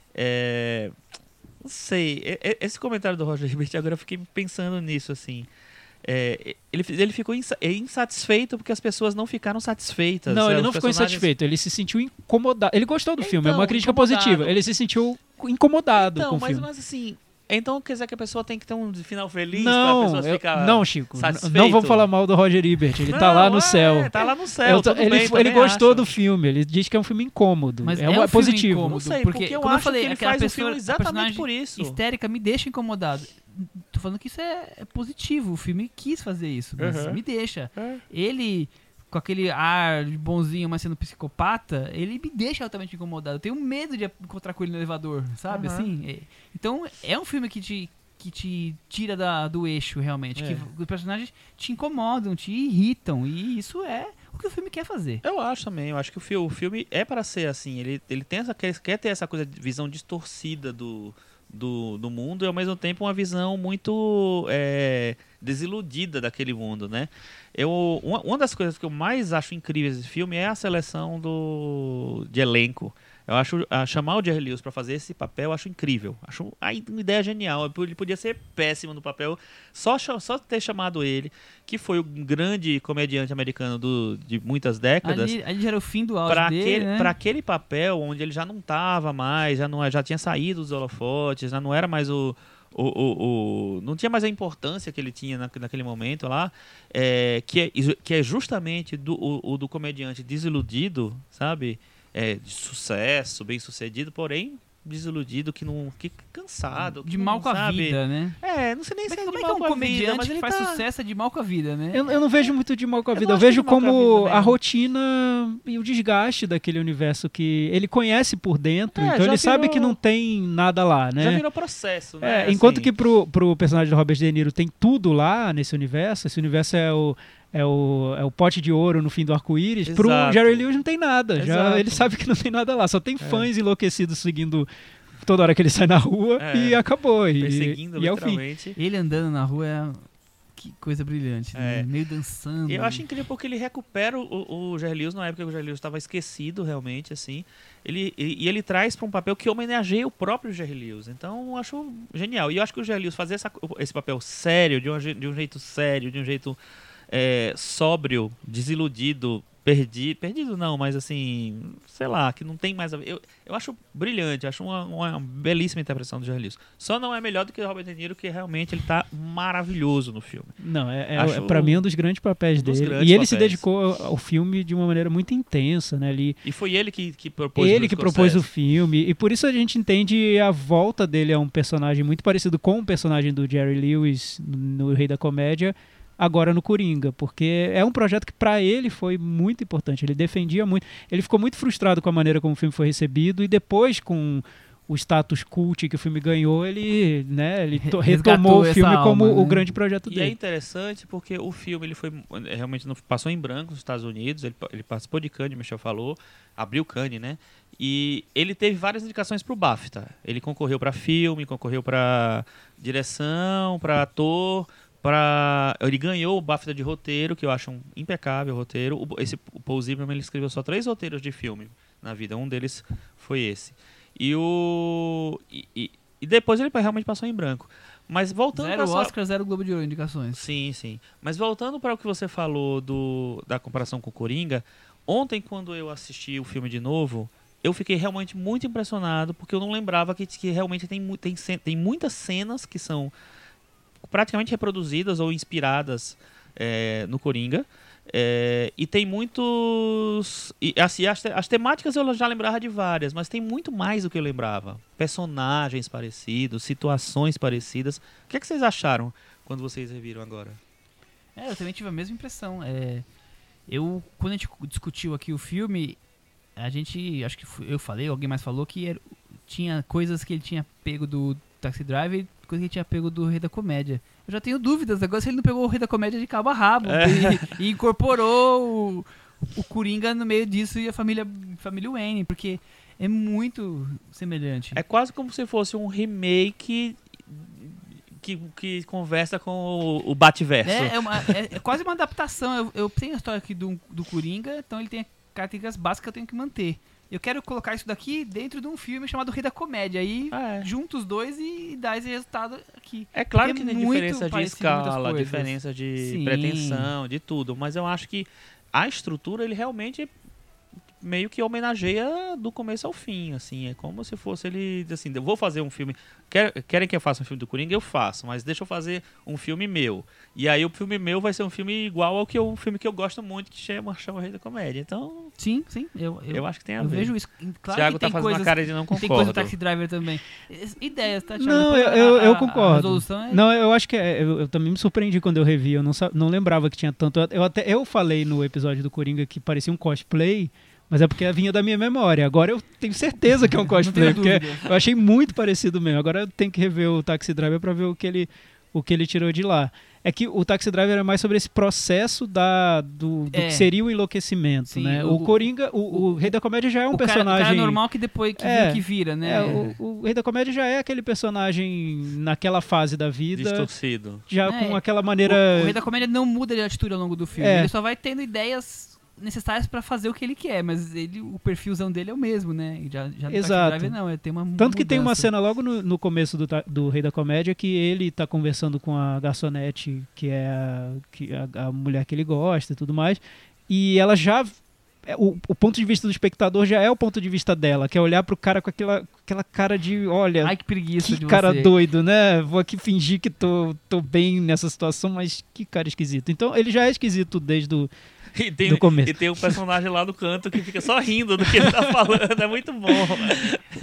É, não sei, e- e- esse comentário do Roger Ebert, agora eu fiquei pensando nisso, assim... É, ele, ele ficou insa- insatisfeito porque as pessoas não ficaram satisfeitas. Não, né? ele Os não ficou personagens- insatisfeito, ele se sentiu incomodado. Ele gostou do filme, é Então, uma crítica incomodado. positiva. Ele se sentiu incomodado Então, com o mas, filme. mas assim, então quer dizer que a pessoa tem que ter um final feliz pra Não, pessoa eu- ficar não, Chico, n- satisfeito? não vamos falar mal do Roger Ebert, ele tá Não, lá no é, céu. Tá lá no céu, Eu tô- tudo ele, bem, ele também gostou acho. do filme, ele diz que é um filme incômodo. Mas é, é um- um é filme positivo. incômodo. Não sei, porque, porque, eu como eu acho falei, que ele aquela faz o pessoa- filme a exatamente personagem por isso. histérica me deixa incomodado. Tô falando que isso é, é positivo. O filme quis fazer isso, mas Uhum. me deixa. É. Ele, com aquele ar de bonzinho, mas sendo psicopata, ele me deixa altamente incomodado. Eu tenho medo de encontrar com ele no elevador, sabe? Uhum. Assim, é- então é um filme que te, que te tira da, do eixo, realmente. É. Que os personagens te incomodam, te irritam. E isso é o que o filme quer fazer. Eu acho também, eu acho que o, fi- o filme é para ser assim, ele, ele tem essa, quer, quer ter essa coisa de visão distorcida do, do, do mundo e ao mesmo tempo uma visão muito é, desiludida daquele mundo, né? Eu, uma, uma das coisas que eu mais acho incríveis desse filme é a seleção do, de elenco. Eu acho, a, chamar o Jerry Lewis para fazer esse papel, eu acho incrível. Acho a, uma ideia genial. Ele podia ser péssimo no papel, só, cha- só ter chamado ele, que foi um grande comediante americano do, de muitas décadas. Ali, ali já era o fim do auge Para dele, aquele, né? pra aquele papel onde ele já não tava mais, já, não, já tinha saído dos holofotes, já não era mais o. O, o, o- não tinha mais a importância que ele tinha na, naquele momento lá, é, que, é, que é justamente do, o, o do comediante desiludido, sabe? É, de sucesso, bem sucedido, porém desiludido, que não, que cansado, que De não mal com a sabe. vida, né? É, não sei nem Mas se é de como é que mal é um com a vida, comediante mas que ele faz tá... sucesso de mal com a vida, né? Eu, eu não vejo muito de mal com a Eu vida, eu, gosto vejo de mal com a como vida a também. rotina e o desgaste daquele universo que ele conhece por dentro, É, então já ele sabe virou- que não tem nada lá, né? Já virou processo, né? É, enquanto assim. que pro, pro personagem do Robert De Niro tem tudo lá nesse universo, esse universo é o, é o, é o pote de ouro no fim do arco-íris, pro Exato. Jerry Lewis não tem nada, já, Exato. ele sabe que não tem nada lá, só tem fãs enlouquecidos seguindo toda hora que ele sai na rua É. e acabou, e, Perseguindo, e é o fim. literalmente. Ele andando na rua é... Que coisa brilhante, né? É. Meio dançando. Eu acho incrível porque ele recupera o, o Jerry Lewis na época que o Jerry Lewis estava esquecido realmente, assim. Ele, e, e ele traz para um papel que homenageia o próprio Jerry Lewis. Então eu acho genial. E eu acho que o Jerry Lewis fazer essa, esse papel sério, de um, je- de um jeito sério, de um jeito é, sóbrio, desiludido, perdido. Perdido não, mas assim, sei lá, que não tem mais a ver. Eu, eu acho brilhante, acho uma, uma belíssima interpretação do Jerry Lewis. Só não é melhor do que o Robert De Niro, que realmente ele tá maravilhoso no filme. Não, é, é, Acho é para mim um dos grandes papéis um dos dele. grandes E ele se papéis. dedicou ao, ao filme de uma maneira muito intensa, né? Ele, E foi ele que, que propôs ele o que propôs o Scorsese. filme, e por isso a gente entende a volta dele a um personagem muito parecido com o personagem do Jerry Lewis no Rei da Comédia, agora no Coringa, porque é um projeto que para ele foi muito importante, ele defendia muito, ele ficou muito frustrado com a maneira como o filme foi recebido, e depois com o status cult que o filme ganhou, ele, né, ele to- Resgatou retomou o essa filme alma, como né? o grande projeto E dele. é interessante porque o filme ele foi é, realmente não passou em branco nos Estados Unidos, ele, ele participou de Cannes, Michel falou, abriu Cannes, né? E ele teve várias indicações para o BAFTA. Ele concorreu para filme, concorreu para direção, para ator, para ele ganhou o BAFTA de roteiro, que eu acho um impecável roteiro. O, esse o Paul Zimmerman ele escreveu só três roteiros de filme na vida, um deles foi esse. E o e, e, e depois ele realmente passou em branco. Mas voltando Zero pra essa- Oscar, zero Globo de Ouro, indicações. Sim, sim. Mas voltando para o que você falou do, da comparação com o Coringa, ontem quando eu assisti o filme de novo, eu fiquei realmente muito impressionado, porque eu não lembrava que, que realmente tem, mu- tem, cen- tem muitas cenas que são praticamente reproduzidas ou inspiradas é, no Coringa. É, e tem muitos. E, assim, as, te- as temáticas eu já lembrava de várias, mas tem muito mais do que eu lembrava. Personagens parecidos, situações parecidas. O que, é que vocês acharam quando vocês reviram agora? É, eu também tive a mesma impressão. É, eu, quando a gente discutiu aqui o filme, a gente, acho que fu- eu falei, alguém mais falou, que era- tinha coisas que ele tinha pego do Taxi Driver e coisas que ele tinha pego do Rei da Comédia. Eu já tenho dúvidas agora se ele não pegou o Rei da Comédia de cabo a rabo É. e, e incorporou o, o Coringa no meio disso e a família, família Wayne, porque é muito semelhante. É quase como se fosse um remake que, que conversa com o, o Bativerso. É, é, uma- é- é quase uma adaptação. Eu, eu tenho a história aqui do, do Coringa, então ele tem características básicas que eu tenho que manter. Eu quero colocar isso daqui dentro de um filme chamado Rei da Comédia. Aí Ah, é. junta os dois e dá esse resultado aqui. É claro Porque que é tem muito diferença de parecido em muitas escala, coisas. diferença de Sim. pretensão, de tudo. Mas eu acho que a estrutura, ele realmente meio que homenageia do começo ao fim, assim. É como se fosse ele, assim, eu vou fazer um filme... Quer, querem que eu faça um filme do Coringa? Eu faço, mas deixa eu fazer um filme meu. E aí o filme meu vai ser um filme igual ao que eu, um filme que eu gosto muito, que chama, chama Rei da Comédia. Então, Sim, sim. Eu, eu, eu, acho que tem a eu ver. vejo isso. Claro Thiago que tá tem fazendo coisas, uma cara de não tem coisa do concordo. Taxi Driver também. Es- Ideias, tá, Thiago? Não, Depois eu, eu, a- eu a- concordo. A resolução é... Não, eu acho que é, eu, eu também me surpreendi quando eu revi. Eu não, sa- não lembrava que tinha tanto. Eu até eu falei no episódio do Coringa que parecia um cosplay, mas é porque vinha da minha memória. Agora eu tenho certeza que é um cosplay, tenho porque dúvida. eu achei muito parecido mesmo. Agora eu tenho que rever o Taxi Driver pra ver o que ele, o que ele tirou de lá. É que o Taxi Driver é mais sobre esse processo da, do, do É. que seria o enlouquecimento, Sim, né? o- O, Coringa, o, o Rei da Comédia já é um o cara, personagem... o cara normal que depois que, É, vira, que vira, né? É, o, o Rei da Comédia já é aquele personagem naquela fase da vida, Distorcido. já É, com aquela maneira... O, o Rei da Comédia não muda de atitude ao longo do filme. É. Ele só vai tendo ideias necessárias pra fazer o que ele quer, mas ele, o perfilzão dele é o mesmo, né? E Já, já no Exato. Taxi Driver não, ele tem uma Tanto que tem uma mudança. cena logo no, no começo do, ta- do Rei da Comédia que ele tá conversando com a garçonete, que é a, que a, a mulher que ele gosta e tudo mais, e ela já... é, O, o ponto de vista do espectador já é o ponto de vista dela, que é olhar pro cara com aquela, aquela cara de, olha, Ai, que preguiça que de cara você. doido, né? Vou aqui fingir que tô, tô bem nessa situação, mas que cara esquisito. Então ele já é esquisito desde o E tem, do começo. e tem um personagem lá no canto que fica só rindo do que ele tá falando. É muito bom.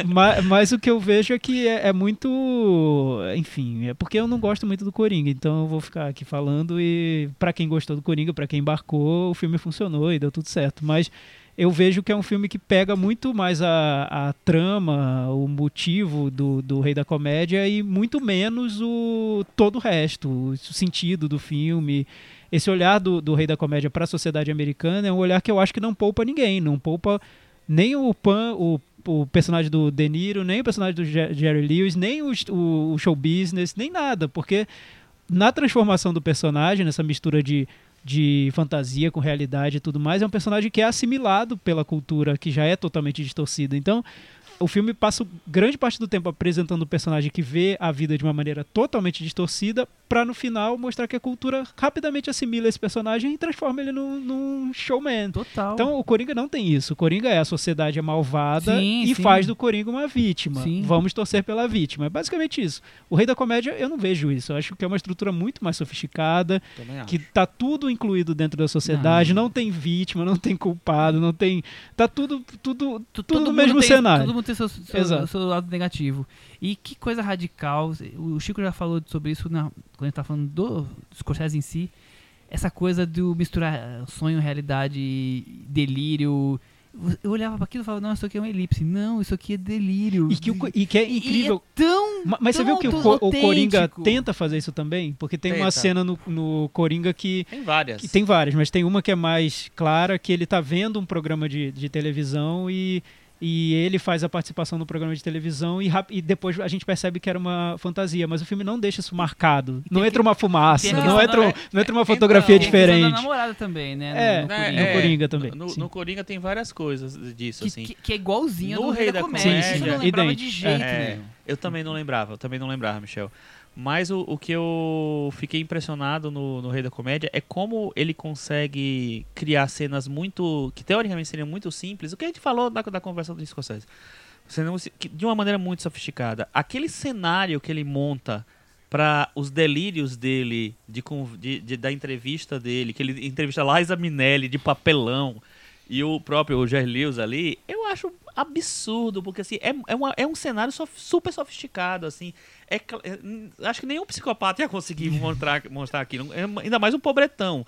mas, mas o que eu vejo é que é, é muito... Enfim, é porque eu não gosto muito do Coringa, então eu vou ficar aqui falando e pra quem gostou do Coringa, pra quem embarcou, o filme funcionou e deu tudo certo. Mas eu vejo que é um filme que pega muito mais a, a trama, o motivo do, do Rei da Comédia e muito menos o todo o resto, o sentido do filme. Esse olhar do, do Rei da Comédia para a sociedade americana é um olhar que eu acho que não poupa ninguém, não poupa nem o, Pan, o, o personagem do De Niro, nem o personagem do Jerry Lewis, nem o, o, o show business, nem nada, porque na transformação do personagem, nessa mistura de de fantasia com realidade e tudo mais, é um personagem que é assimilado pela cultura que já é totalmente distorcida. Então, o filme passa grande parte do tempo apresentando um personagem que vê a vida de uma maneira totalmente distorcida, pra no final mostrar que a cultura rapidamente assimila esse personagem e transforma ele num, num showman. Total. Então o Coringa não tem isso. O Coringa é a sociedade é malvada Sim, e sim. faz do Coringa uma vítima. Sim. Vamos torcer pela vítima. É basicamente isso. O Rei da Comédia, eu não vejo isso. Eu acho que é uma estrutura muito mais sofisticada, Também acho. que tá tudo incluído dentro da sociedade, não, não tem vítima, não tem culpado, não tem... Tá tudo, tudo, Tu- tudo no mundo mesmo tem- cenário. Todo mundo tem seu, seu, Exato. seu lado negativo. E que coisa radical. O Chico já falou sobre isso na, quando a gente tá falando do, do Scorsese em si. Essa coisa do misturar sonho, realidade, delírio. Eu olhava para aquilo e falava, não, isso aqui é uma elipse. Não, isso aqui é delírio. E que, o, e que é E- incrível... E é tão, Ma- Mas você tão viu que o, auto- Co- o Coringa autêntico. tenta fazer isso também? Porque tem uma Tenta. cena no, no Coringa que, Tem várias. que... Tem várias, mas tem uma que é mais clara, que ele tá vendo um programa de, de televisão e, e ele faz a participação no programa de televisão e, rap- e depois a gente percebe que era uma fantasia, mas o filme não deixa isso marcado. E não tem entra uma fumaça, tem a não questão entra, um- da- não entra uma então, fotografia tem a Tem a questão da diferente. namorada também, né? É, no, no É, Coringa. no Coringa também, No, sim. no Coringa tem várias coisas disso, Que, assim. que, que é igualzinho No do Rei da Comédia. Sim, Isso eu sim. não lembrava Idêntico. de jeito É, nenhum. eu também não lembrava, eu também não lembrava, Michel. Mas o, o que eu fiquei impressionado no, no Rei da Comédia é como ele consegue criar cenas muito... que teoricamente seriam muito simples. O que a gente falou da, da conversa do Scorsese. Cenas que- De uma maneira muito sofisticada. Aquele cenário que ele monta para os delírios dele, de, con- de- de- da entrevista dele, que ele entrevista Liza Minnelli de papelão, e o próprio Jerry Lewis ali, eu acho absurdo, porque assim, é, é, uma- é um cenário sof- super sofisticado, assim. É cl- é, hum, acho que nenhum psicopata ia conseguir mostrar, mostrar aquilo, é, ainda mais um pobretão.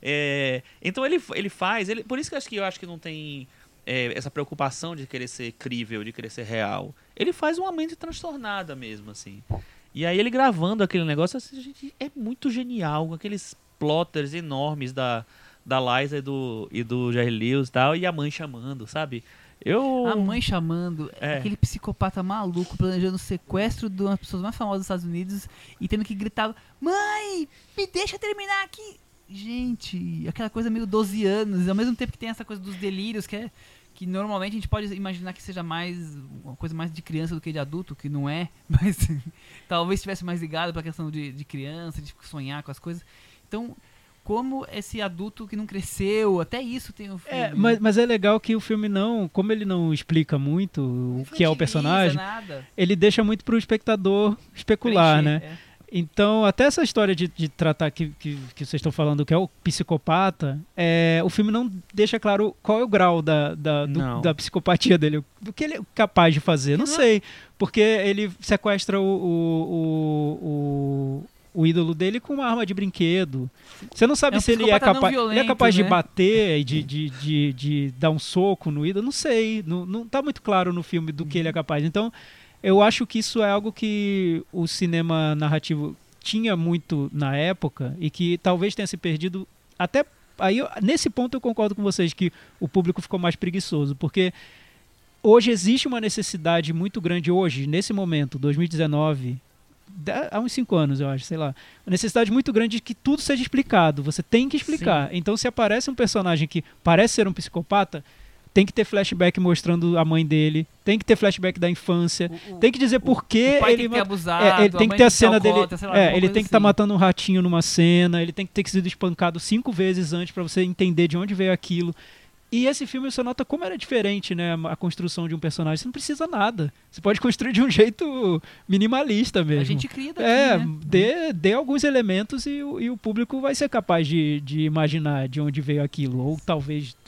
É, então ele, ele faz, ele, por isso que eu acho que eu acho que não tem é, essa preocupação de querer ser crível, de querer ser real. Ele faz uma mente transtornada mesmo, assim. E aí ele gravando aquele negócio, assim, gente, é muito genial, com aqueles plotters enormes da, da Liza e do, e do Jerry Lewis e tal, e a mãe chamando, sabe? Eu... A mãe chamando, É. aquele psicopata maluco planejando o sequestro de uma das pessoas mais famosas dos Estados Unidos e tendo que gritar: mãe, me deixa terminar aqui. Gente, aquela coisa meio doze anos, ao mesmo tempo que tem essa coisa dos delírios, que é que normalmente a gente pode imaginar que seja mais uma coisa mais de criança do que de adulto, que não é, mas talvez estivesse mais ligado para a questão de, de criança, de sonhar com as coisas. Então, como esse adulto que não cresceu, até isso tem o filme. É, mas, mas é legal que o filme não, como ele não explica muito o que é o Infantiliza personagem, nada. ele deixa muito pro espectador especular, Preencher, né? é. Então, até essa história de, de tratar que, que, que vocês estão falando, que é o psicopata, é, o filme não deixa claro qual é o grau da, da, do- Não. da psicopatia dele, o que ele é capaz de fazer. Não Não. sei, porque ele sequestra o, o, o, o, o ídolo dele com uma arma de brinquedo. Você não sabe É um se ele é, psicopata não capaz, ele é violento, capaz de né? bater e de, de, de, de dar um soco no ídolo. Não sei, não, não tá muito claro no filme do que ele é capaz. Então, eu acho que isso é algo que o cinema narrativo tinha muito na época e que talvez tenha se perdido até aí. eu- Nesse ponto eu concordo com vocês que o público ficou mais preguiçoso, porque hoje existe uma necessidade muito grande hoje, nesse momento, dois mil e dezenove, da- há uns cinco anos, eu acho, sei lá, uma necessidade muito grande de que tudo seja explicado. Você tem que explicar. Então, se aparece um personagem que parece ser um psicopata, tem que ter flashback mostrando a mãe dele, tem que ter flashback da infância, O- o- tem que dizer por que o pai ele tem que ter ma- abusado, é, ele a tem que mãe ter a ser cena dele, alcoólatra, sei lá, é, alguma ele coisa tem que estar assim. matando um ratinho numa cena, ele tem que ter sido espancado cinco vezes antes pra você entender de onde veio aquilo. E esse filme você nota como era diferente, né, a construção de um personagem. Você não precisa nada. Você pode construir de um jeito minimalista mesmo. A gente cria daqui, É, né? dê, dê alguns elementos e, o- e o público vai ser capaz de, de imaginar de onde veio aquilo. Ou talvez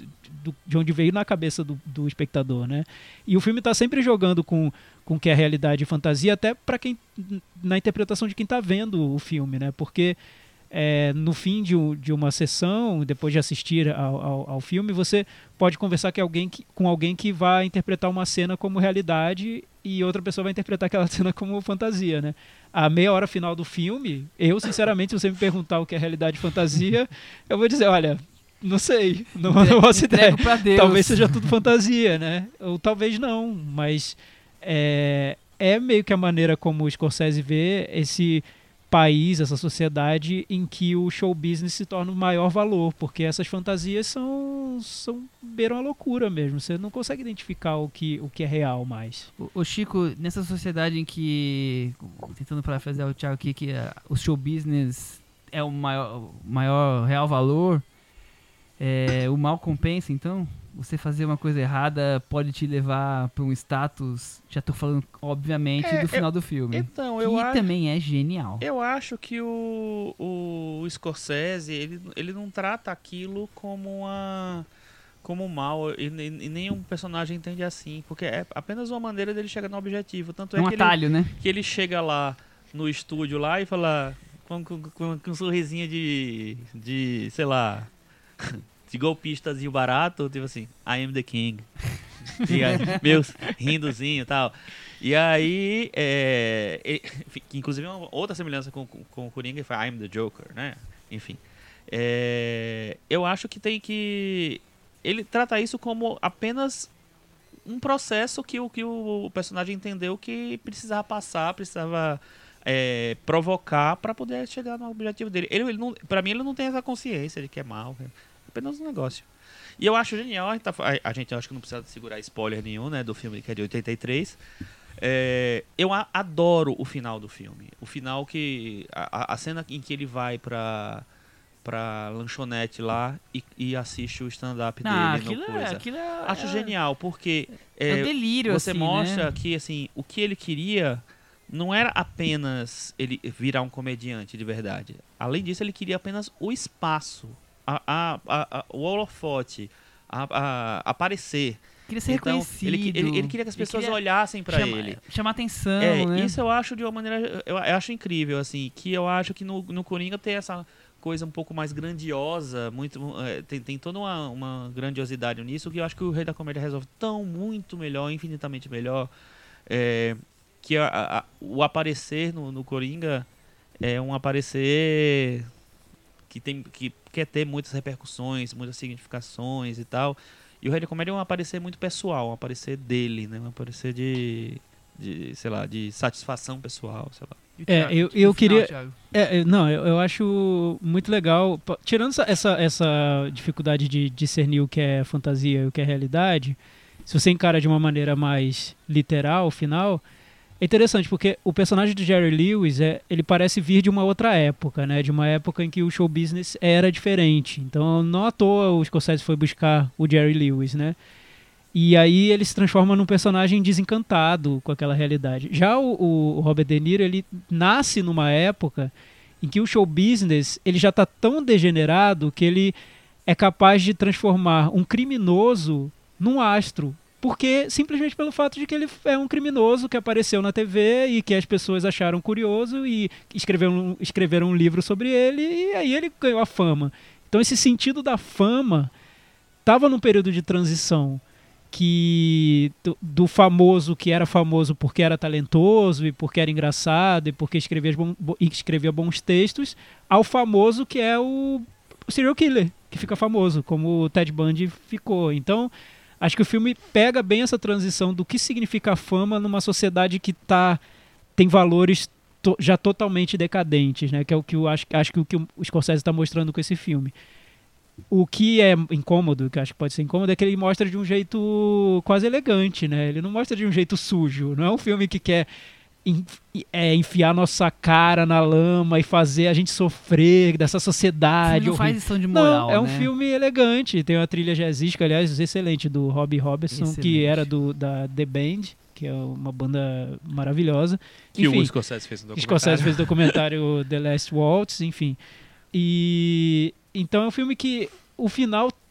do, de onde veio na cabeça do, do espectador, né? E o filme está sempre jogando com com que é realidade e fantasia, até para quem na interpretação de quem está vendo o filme, né? Porque é, no fim de, de uma sessão, depois de assistir ao, ao, ao filme, você pode conversar com alguém, que, com alguém que vai interpretar uma cena como realidade e outra pessoa vai interpretar aquela cena como fantasia, né? A meia hora final do filme, eu, sinceramente, se você me perguntar o que é realidade e fantasia, eu vou dizer, olha, não sei, não, não faço ideia. Pra Deus. Talvez seja tudo fantasia, né? Ou talvez não, mas é, é meio que a maneira como o Scorsese vê esse país, essa sociedade em que o show business se torna o maior valor, porque essas fantasias são, são beiram a loucura mesmo, você não consegue identificar o que, o que é real mais. O, o Chico, nessa sociedade em que, tentando parafrasear o Thiago aqui, que uh, o show business é o maior, o maior real valor, é, o mal compensa, então? Você fazer uma coisa errada pode te levar para um status, já tô falando, obviamente, É, do final eu- do filme. Então, eu que acho... também é genial. Eu acho que o, o Scorsese, ele, ele não trata aquilo como uma como mal, e, e- e nenhum personagem entende assim, porque é apenas uma maneira dele chegar no objetivo. Tanto É é, um que, ele, atalho, né? que ele chega lá no estúdio lá e fala com, com, com, com um sorrisinho de, de, sei lá, de golpistazinho barato, tipo assim, I am the king. E aí, meus rindozinho e tal. E aí, é, e- que inclusive é uma outra semelhança com, com, com o Coringa, que foi I'm the Joker, né? Enfim. É, eu acho que tem que... Ele trata isso como apenas um processo que o, que o personagem entendeu que precisava passar, precisava é, provocar para poder chegar no objetivo dele. Ele, ele não, pra mim, ele não tem essa consciência de que é mal. É apenas um negócio. E eu acho genial, a gente, tá, a, a gente acho que não precisa segurar spoiler nenhum, né, do filme que é de oitenta e três. É, eu a, adoro o final do filme. O final que... A, a cena em que ele vai pra, pra lanchonete lá e, e assiste o stand-up Ah, dele aquilo, no é, coisa. aquilo é, Acho é, genial, porque é é, um delírio, você assim, mostra né? que assim, o que ele queria não era apenas ele virar um comediante de verdade. Além disso, ele queria apenas o espaço, a, a, a, a, o holofote, a, a, aparecer. Queria ser Então, reconhecido. ele, ele, ele queria que as Ele pessoas queria olhassem pra chama- ele. Chamar atenção, É, né? isso eu acho de uma maneira, eu, eu acho incrível, assim, que eu acho que no, no Coringa tem essa coisa um pouco mais grandiosa, muito, é, tem, tem toda uma, uma grandiosidade nisso, que eu acho que o Rei da Comédia resolve tão muito melhor, infinitamente melhor, é, que a, a, o aparecer no, no Coringa é um aparecer que, tem, que quer ter muitas repercussões, muitas significações e tal. E o Rei da Comédia é um aparecer muito pessoal, um aparecer dele, né? Um aparecer de, de sei lá, de satisfação pessoal, sei lá. E o É, Thiago, eu- no eu final, queria- Thiago? É, eu- não, eu, eu acho muito legal. pa- Tirando essa, essa, essa dificuldade de discernir o que é fantasia e o que é realidade, se você encara de uma maneira mais literal, final, é interessante porque o personagem do Jerry Lewis, é, ele parece vir de uma outra época, né? De uma época em que o show business era diferente. Então, não à toa o Scorsese foi buscar o Jerry Lewis, né? E aí ele se transforma num personagem desencantado com aquela realidade. Já o, o Robert De Niro, ele nasce numa época em que o show business ele já está tão degenerado que ele é capaz de transformar um criminoso num astro. Porque simplesmente pelo fato de que ele é um criminoso que apareceu na T V e que as pessoas acharam curioso e escreveram, escreveram um livro sobre ele e aí ele ganhou a fama. Então esse sentido da fama estava num período de transição que do, do famoso que era famoso porque era talentoso e porque era engraçado e porque escrevia, bom, escrevia bons textos, ao famoso que é o, o serial killer, que fica famoso, como o Ted Bundy ficou. Então, acho que o filme pega bem essa transição do que significa a fama numa sociedade que tá, tem valores to, já totalmente decadentes, né? Que é o que eu acho, acho que o que o Scorsese está mostrando com esse filme. O que é incômodo, que eu acho que pode ser incômodo, é que ele mostra de um jeito quase elegante, né? Ele não mostra de um jeito sujo. Não é um filme que quer enf- é, enfiar nossa cara na lama e fazer a gente sofrer dessa O sociedade. filme não faz horrível. lição de moral, Não, é um né? filme elegante. Tem uma trilha jazzística, aliás, excelente, do Robbie Robertson, Excelente. que era do, da The Band, que é uma banda maravilhosa. Que Enfim, o Scorsese fez no o documentário. Scorsese fez o documentário The Last Waltz, enfim. E então é um filme que o final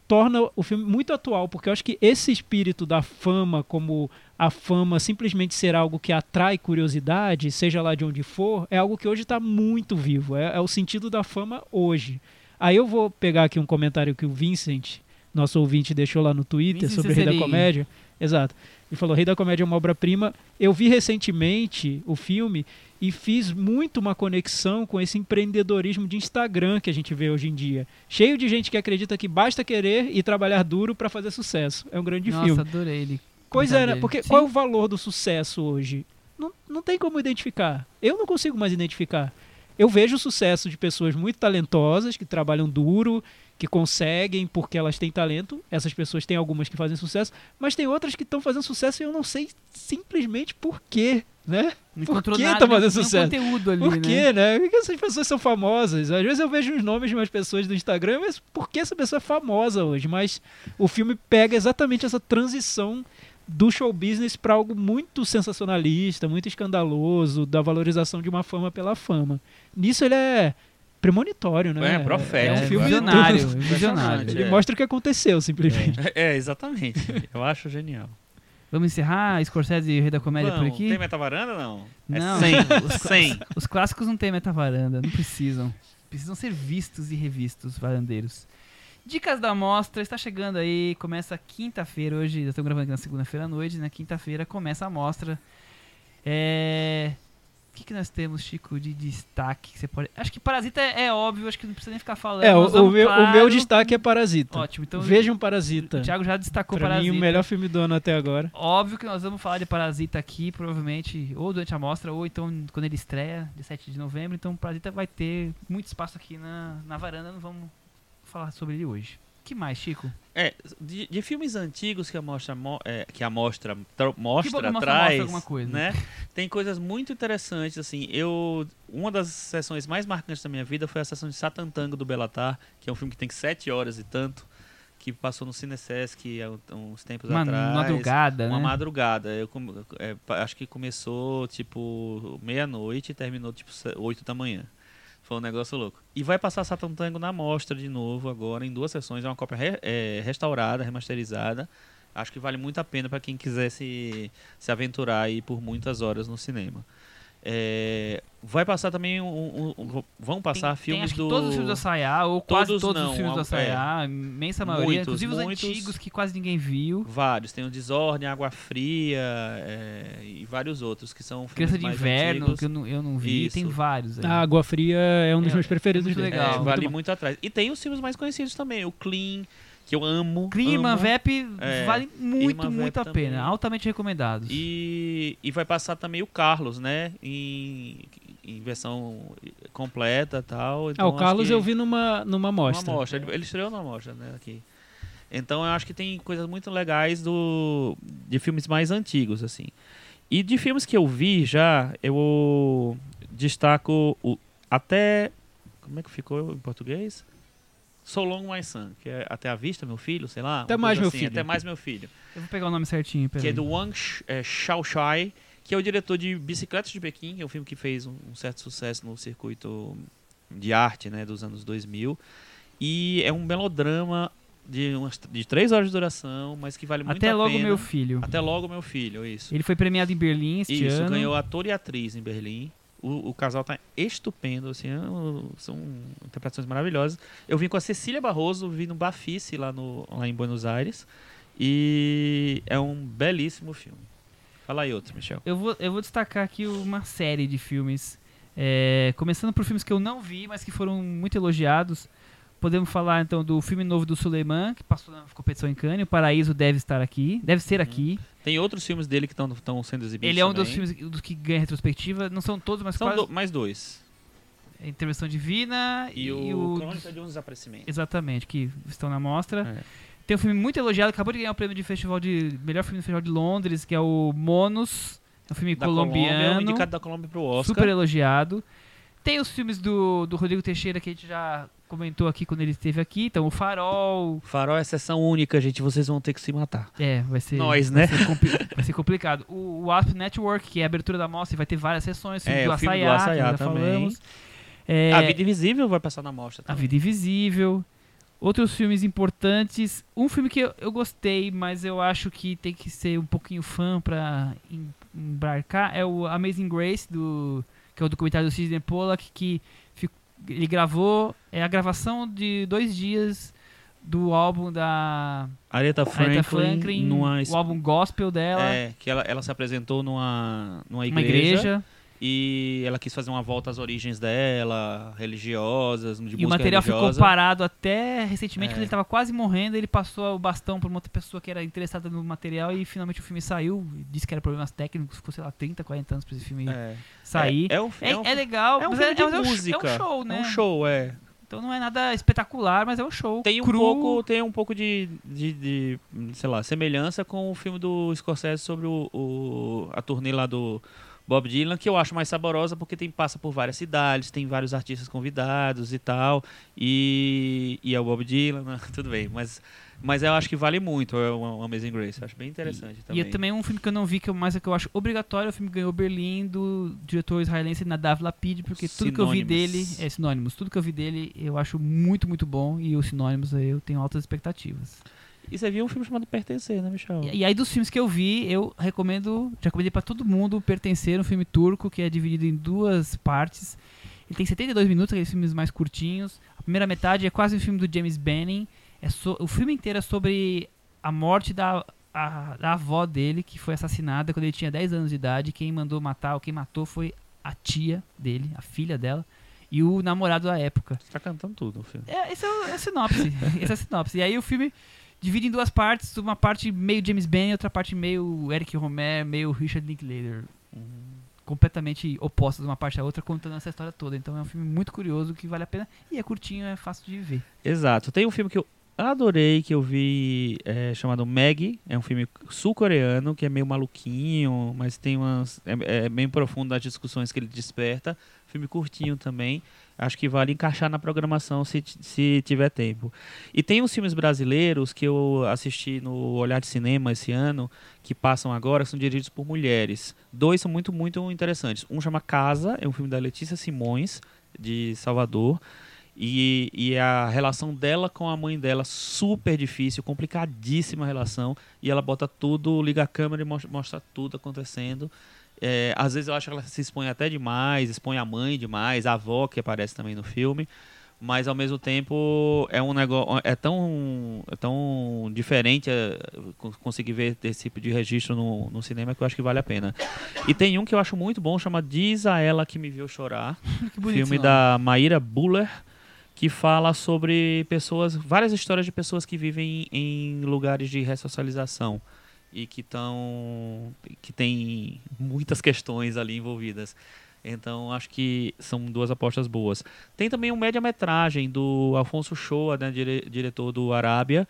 torna o filme muito atual, porque eu acho que esse espírito da fama, como a fama simplesmente ser algo que atrai curiosidade, seja lá de onde for, é algo que hoje está muito vivo. É, é o sentido da fama hoje. Aí eu vou pegar aqui um comentário que o Vincent, nosso ouvinte, deixou lá no Twitter Vincent sobre o Rei da Cesari. Comédia. Exato. Ele falou, Rei da Comédia é uma obra-prima. Eu vi recentemente o filme e fiz muito uma conexão com esse empreendedorismo de Instagram que a gente vê hoje em dia. Cheio de gente que acredita que basta querer e trabalhar duro para fazer sucesso. É um grande Nossa, filme. adorei ele. Pois é, né? Porque Sim. qual é o valor do sucesso hoje? Não, não tem como identificar. Eu não consigo mais identificar. Eu vejo o sucesso de pessoas muito talentosas, que trabalham duro, que conseguem porque elas têm talento. Essas pessoas têm algumas que fazem sucesso, mas tem outras que estão fazendo sucesso e eu não sei simplesmente por quê, né? Não Por encontrou que nada, tá fazendo nenhum sucesso? conteúdo ali, Por né? quê, né? Por que essas pessoas são famosas? Às vezes eu vejo os nomes de umas pessoas do Instagram, mas por que essa pessoa é famosa hoje? Mas o filme pega exatamente essa transição do show business para algo muito sensacionalista, muito escandaloso, da valorização de uma fama pela fama. Nisso ele é premonitório, né? É, profético. É um filme visionário, do- visionário. Ele É. mostra o que aconteceu, simplesmente. É, exatamente. Eu acho genial. Vamos encerrar Scorsese e o Rei da Comédia Vamos, por aqui? tem metavaranda ou não? Não. É cem. Os, cem. os clássicos não tem metavaranda, não precisam. Precisam ser vistos e revistos, varandeiros. Dicas da Mostra, está chegando aí, começa quinta-feira, hoje, eu estou gravando aqui na segunda-feira à noite, na quinta-feira começa a Mostra. É... O que, que nós temos, Chico, de destaque? Que você pode... Acho que Parasita é, é óbvio, acho que não precisa nem ficar falando. É, nós o, o vamos, meu, claro. o meu destaque é Parasita. Ótimo, então Vejam o Parasita. Thiago já destacou Pra Parasita. mim, o melhor filme do ano até agora. Óbvio que nós vamos falar de Parasita aqui, provavelmente, ou durante a mostra, ou então quando ele estreia, dia sete de novembro. Então, Parasita vai ter muito espaço aqui na, na varanda, não vamos falar sobre ele hoje. O que mais, Chico? É, de, de filmes antigos que a mostra, mo- é, que a mostra tra- Que bom mostra que a mostra traz, mostra alguma coisa. né? Tem coisas muito interessantes, assim. Eu, uma das sessões mais marcantes da minha vida foi a sessão de Satan Tango do Belatar, que é um filme que tem sete horas e tanto, que passou no Cinesesc há um- uns tempos Uma atrás. madrugada, Uma né? madrugada. Eu come- é, pa- acho que começou tipo meia-noite e terminou tipo se- oito da manhã. Foi um negócio louco. E vai passar Satan Tango na mostra de novo agora, em duas sessões. É uma cópia re- é, restaurada, remasterizada. Acho que vale muito a pena para quem quiser se, se aventurar aí por muitas horas no cinema. É, vai passar também um, um- um- vão passar tem, filmes tem, acho que do todos os filmes do Assayá, ou quase Todos todos não, os filmes do é. Assayá, a imensa maioria, Muitos, inclusive os muitos. antigos que quase ninguém viu. vários. Tem o Desordem, Água Fria é, e vários outros que são filmes Criança de mais Inverno, antigos. que eu não, eu não vi, Isso. tem vários aí. A Água Fria é um dos É, meus preferidos muito dele. legal. É, muito vale bom. muito atrás. E tem os filmes mais conhecidos também. O Clean, que eu amo. Clima, amo. V E P, É, vale muito, Irmã muito V E a P pena. também. Altamente recomendados. E, e vai passar também o Carlos, né? Em, em versão completa e tal. Ah, Então, o acho Carlos que- eu vi numa, numa mostra. Uma mostra. Ele, ele estreou na mostra, né? Aqui. Então eu acho que tem coisas muito legais do, de filmes mais antigos, assim. E de filmes que eu vi já, eu destaco o, até... Como é que ficou em português? So Long My Son, que é Até a Vista, Meu Filho, sei lá. Até uma Mais coisa Meu assim, Filho. Até Mais Meu Filho. Eu vou pegar o nome certinho, peraí. Que é do Wang Sh- é, Xiaoshai, que é o diretor de Bicicletas de Pequim, que é um filme que fez um, um certo sucesso no circuito de arte, né, dos anos dois mil. E é um melodrama de, umas, de três horas de duração, mas que vale muito Até a logo, pena. meu filho. Até Logo Meu Filho, isso. Ele foi premiado em Berlim este Isso, ano. ganhou ator e atriz em Berlim. O, o casal tá estupendo, assim, é um- são interpretações maravilhosas. Eu vim com a Cecília Barroso, vim no Bafice, lá, no, lá em Buenos Aires. E é um belíssimo filme. Fala aí outro, Michel. Eu vou, eu vou destacar aqui uma série de filmes. É, começando por filmes que eu não vi, mas que foram muito elogiados. Podemos falar então do filme novo do Suleiman, que passou na competição em Cannes. O Paraíso deve estar aqui, deve ser aqui. Tem outros filmes dele que estão sendo exibidos Ele é um dos também. filmes dos que ganha retrospectiva. Não são todos, mas São quase. do- mais dois. A Intervenção Divina E, o, Crônica de um Desaparecimento. Exatamente, que estão na mostra. É. Tem um filme muito elogiado, acabou de ganhar o prêmio de festival de melhor filme do Festival de Londres, que é o Monos. É um filme Da Colômbia, colombiano. indicado da Colômbia pro Oscar. Super elogiado. Tem os filmes do, do Rodrigo Teixeira que a gente já comentou aqui quando ele esteve aqui. Então, o Farol. Farol é sessão única, gente. Vocês vão ter que se matar. É, vai ser. Nós, vai né? Ser compli- vai ser complicado. O, o Asp Network, que é a abertura da mostra, e vai ter várias sessões. Filme É, do o filme do Assayá, que Assayá já também. falamos. É, A Vida Invisível vai passar na mostra A também. Vida Invisível. Outros filmes importantes. Um filme que eu, eu gostei, mas eu acho que tem que ser um pouquinho fã pra em- embarcar, é o Amazing Grace, do, que é o documentário do Sidney Pollack, que fi- ele gravou, é a gravação de dois dias do álbum da Aretha Franklin, Aretha Franklin, numa, o álbum gospel dela, é, que ela, ela se apresentou numa, numa uma igreja, igreja. e ela quis fazer uma volta às origens dela, religiosas, de E o música material ficou religiosa. parado até recentemente, É. quando ele estava quase morrendo, ele passou o bastão para uma outra pessoa que era interessada no material e finalmente o filme saiu. Disse que era problemas técnicos, ficou, sei lá, trinta, quarenta anos para esse filme É. sair. É, é, um, É, é, um, é legal, é um mas filme é, de mas é um, música. é um show, né? É um show, é. Então não é nada espetacular, mas é um show. Tem um cru. pouco, tem um pouco de, de, de, sei lá, semelhança com o filme do Scorsese sobre o, o- a turnê lá do Bob Dylan, que eu acho mais saborosa porque tem, passa por várias cidades, tem vários artistas convidados e tal, e, e é o Bob Dylan, né? Tudo bem, mas, mas eu acho que vale muito é o Amazing Grace, eu acho bem interessante E também. é também um filme que eu não vi, que eu, mas é que eu acho obrigatório. O filme ganhou Berlim, do diretor israelense Nadav Lapid, porque tudo que eu vi dele Sinônimos. é sinônimos. Tudo que eu vi dele eu acho muito, muito bom. E os sinônimos aí eu tenho altas expectativas. E você viu um filme chamado Pertencer, né, Michel? E, e aí dos filmes que eu vi, eu recomendo, já recomendei pra todo mundo, Pertencer, um filme turco que é dividido em duas partes. Ele tem setenta e dois minutos, aqueles filmes mais curtinhos. A primeira metade é quase um filme do James Benning. É so, o filme inteiro é sobre a morte da, a, da avó dele, que foi assassinada quando ele tinha dez anos de idade. Quem mandou matar, ou quem matou foi a tia dele, a filha dela, e o namorado da época. Você tá cantando tudo o filme. É, esse é, o, é a sinopse. Essa é a sinopse. E aí o filme divide em duas partes, uma parte meio James Benning, outra parte meio Eric Romer, meio Richard Linklater. Completamente opostas uma parte à outra, contando essa história toda. Então é um filme muito curioso, que vale a pena. E é curtinho, é fácil de ver. Exato. Tem um filme que eu adorei, que eu vi, é, chamado Maggie. É um filme sul-coreano, que é meio maluquinho, mas tem umas... É, é bem profundo nas discussões que ele desperta. Filme curtinho também. Acho que vale encaixar na programação se, se tiver tempo. E tem uns filmes brasileiros que eu assisti no Olhar de Cinema esse ano, que passam agora, que são dirigidos por mulheres. Dois são muito, muito interessantes. Um chama Casa, é um filme da Letícia Simões, de Salvador. E, e a relação dela com a mãe dela, super difícil, complicadíssima relação. E ela bota tudo, liga a câmera e mostra, mostra tudo acontecendo. É, às vezes eu acho que ela se expõe até demais, expõe a mãe demais, a avó que aparece também no filme, mas ao mesmo tempo é um negócio, é tão, é tão diferente é, conseguir ver esse tipo de registro no, no cinema que eu acho que vale a pena. E tem um que eu acho muito bom, chama Diz a Ela Que Me Viu Chorar, Que bonito filme esse nome. da Maíra Buller, que fala sobre pessoas, várias histórias de pessoas que vivem em lugares de ressocialização e que estão que tem muitas questões ali envolvidas. Então acho que são duas apostas boas. Tem também um média-metragem do Alfonso Shoa, né, dire, diretor do Arábia.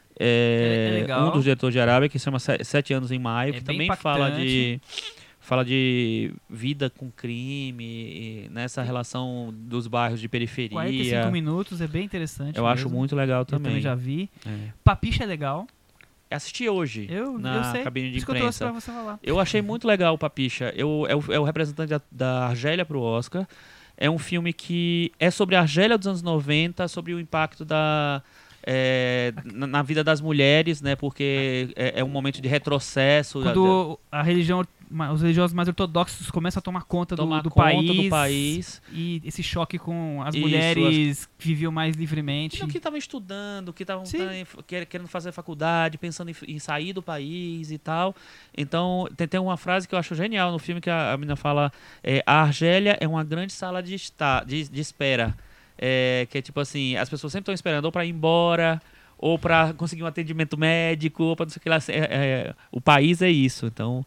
É, É- é legal. um dos diretores de Arábia, que se chama Se- Sete Anos em Maio, É que bem também fala impactante. de fala de vida com crime, e nessa relação dos bairros de periferia. quarenta e cinco minutos, é bem interessante. Eu acho mesmo. muito legal Eu também. também já vi. É. Papicha é legal. Assisti hoje Eu, na eu sei. cabine de Isso que eu trouxe imprensa. pra você falar. Eu achei muito legal o Papicha. Eu, é, o, é o representante da, da Argélia pro Oscar. É um filme que é sobre a Argélia dos anos noventa, sobre o impacto da... é, na, na vida das mulheres, né? Porque é, é um momento de retrocesso. Quando a religião, ma- os religiosos mais ortodoxos começam a tomar conta do, tomar do conta país, do país. e esse choque com as Isso, mulheres que viviam mais livremente. Não, que estavam estudando, que estavam Sim. querendo fazer faculdade, pensando em, em sair do país e tal. Então, tem, tem uma frase que eu acho genial no filme, que a, a menina fala, é, a Argélia é uma grande sala de, esta, de, de espera. É, que é tipo assim, as pessoas sempre estão esperando ou para ir embora, ou para conseguir um atendimento médico, ou para não sei o que lá. É, é, o país é isso. Então,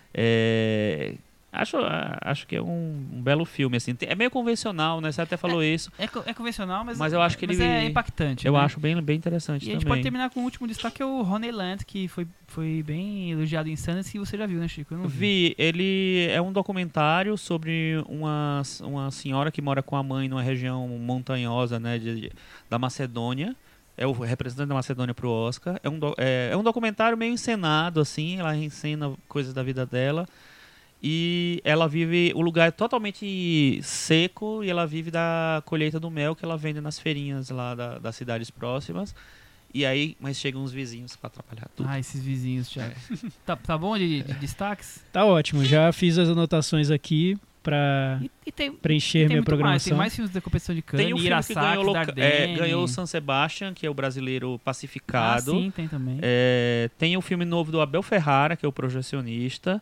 é, acho, acho que é um, um belo filme. Assim. É meio convencional, né? Você até falou isso. É, co- é convencional, mas, Mas eu acho que mas ele- é impactante. Eu né? acho bem, bem interessante E a gente também. pode terminar com o último destaque, é o Honeyland, que foi, foi bem elogiado em Sundance, que você já viu, né, Chico? Eu não vi. Vi, ele é um documentário sobre uma, uma senhora que mora com a mãe numa região montanhosa, né, de, de- da Macedônia. É o representante da Macedônia pro Oscar. É um, do- é, é um documentário meio encenado, assim, ela encena coisas da vida dela. E ela vive... O lugar é totalmente seco e ela vive da colheita do mel que ela vende nas feirinhas lá da, das cidades próximas. E aí, mas chegam uns vizinhos pra atrapalhar tudo. Ah, esses vizinhos, Thiago. tá, tá bom de, de destaques? Tá ótimo, já fiz as anotações aqui pra E, e tem, preencher tem minha muito mais, programação. tem mais filmes da competição de Cannes, Tem o filme que Irasax, ganhou, loca- é, Dardenne. ganhou o San Sebastian, que é o brasileiro Ah, pacificado. sim, tem também. É, tem o filme novo do Abel Ferrara, que é o projecionista.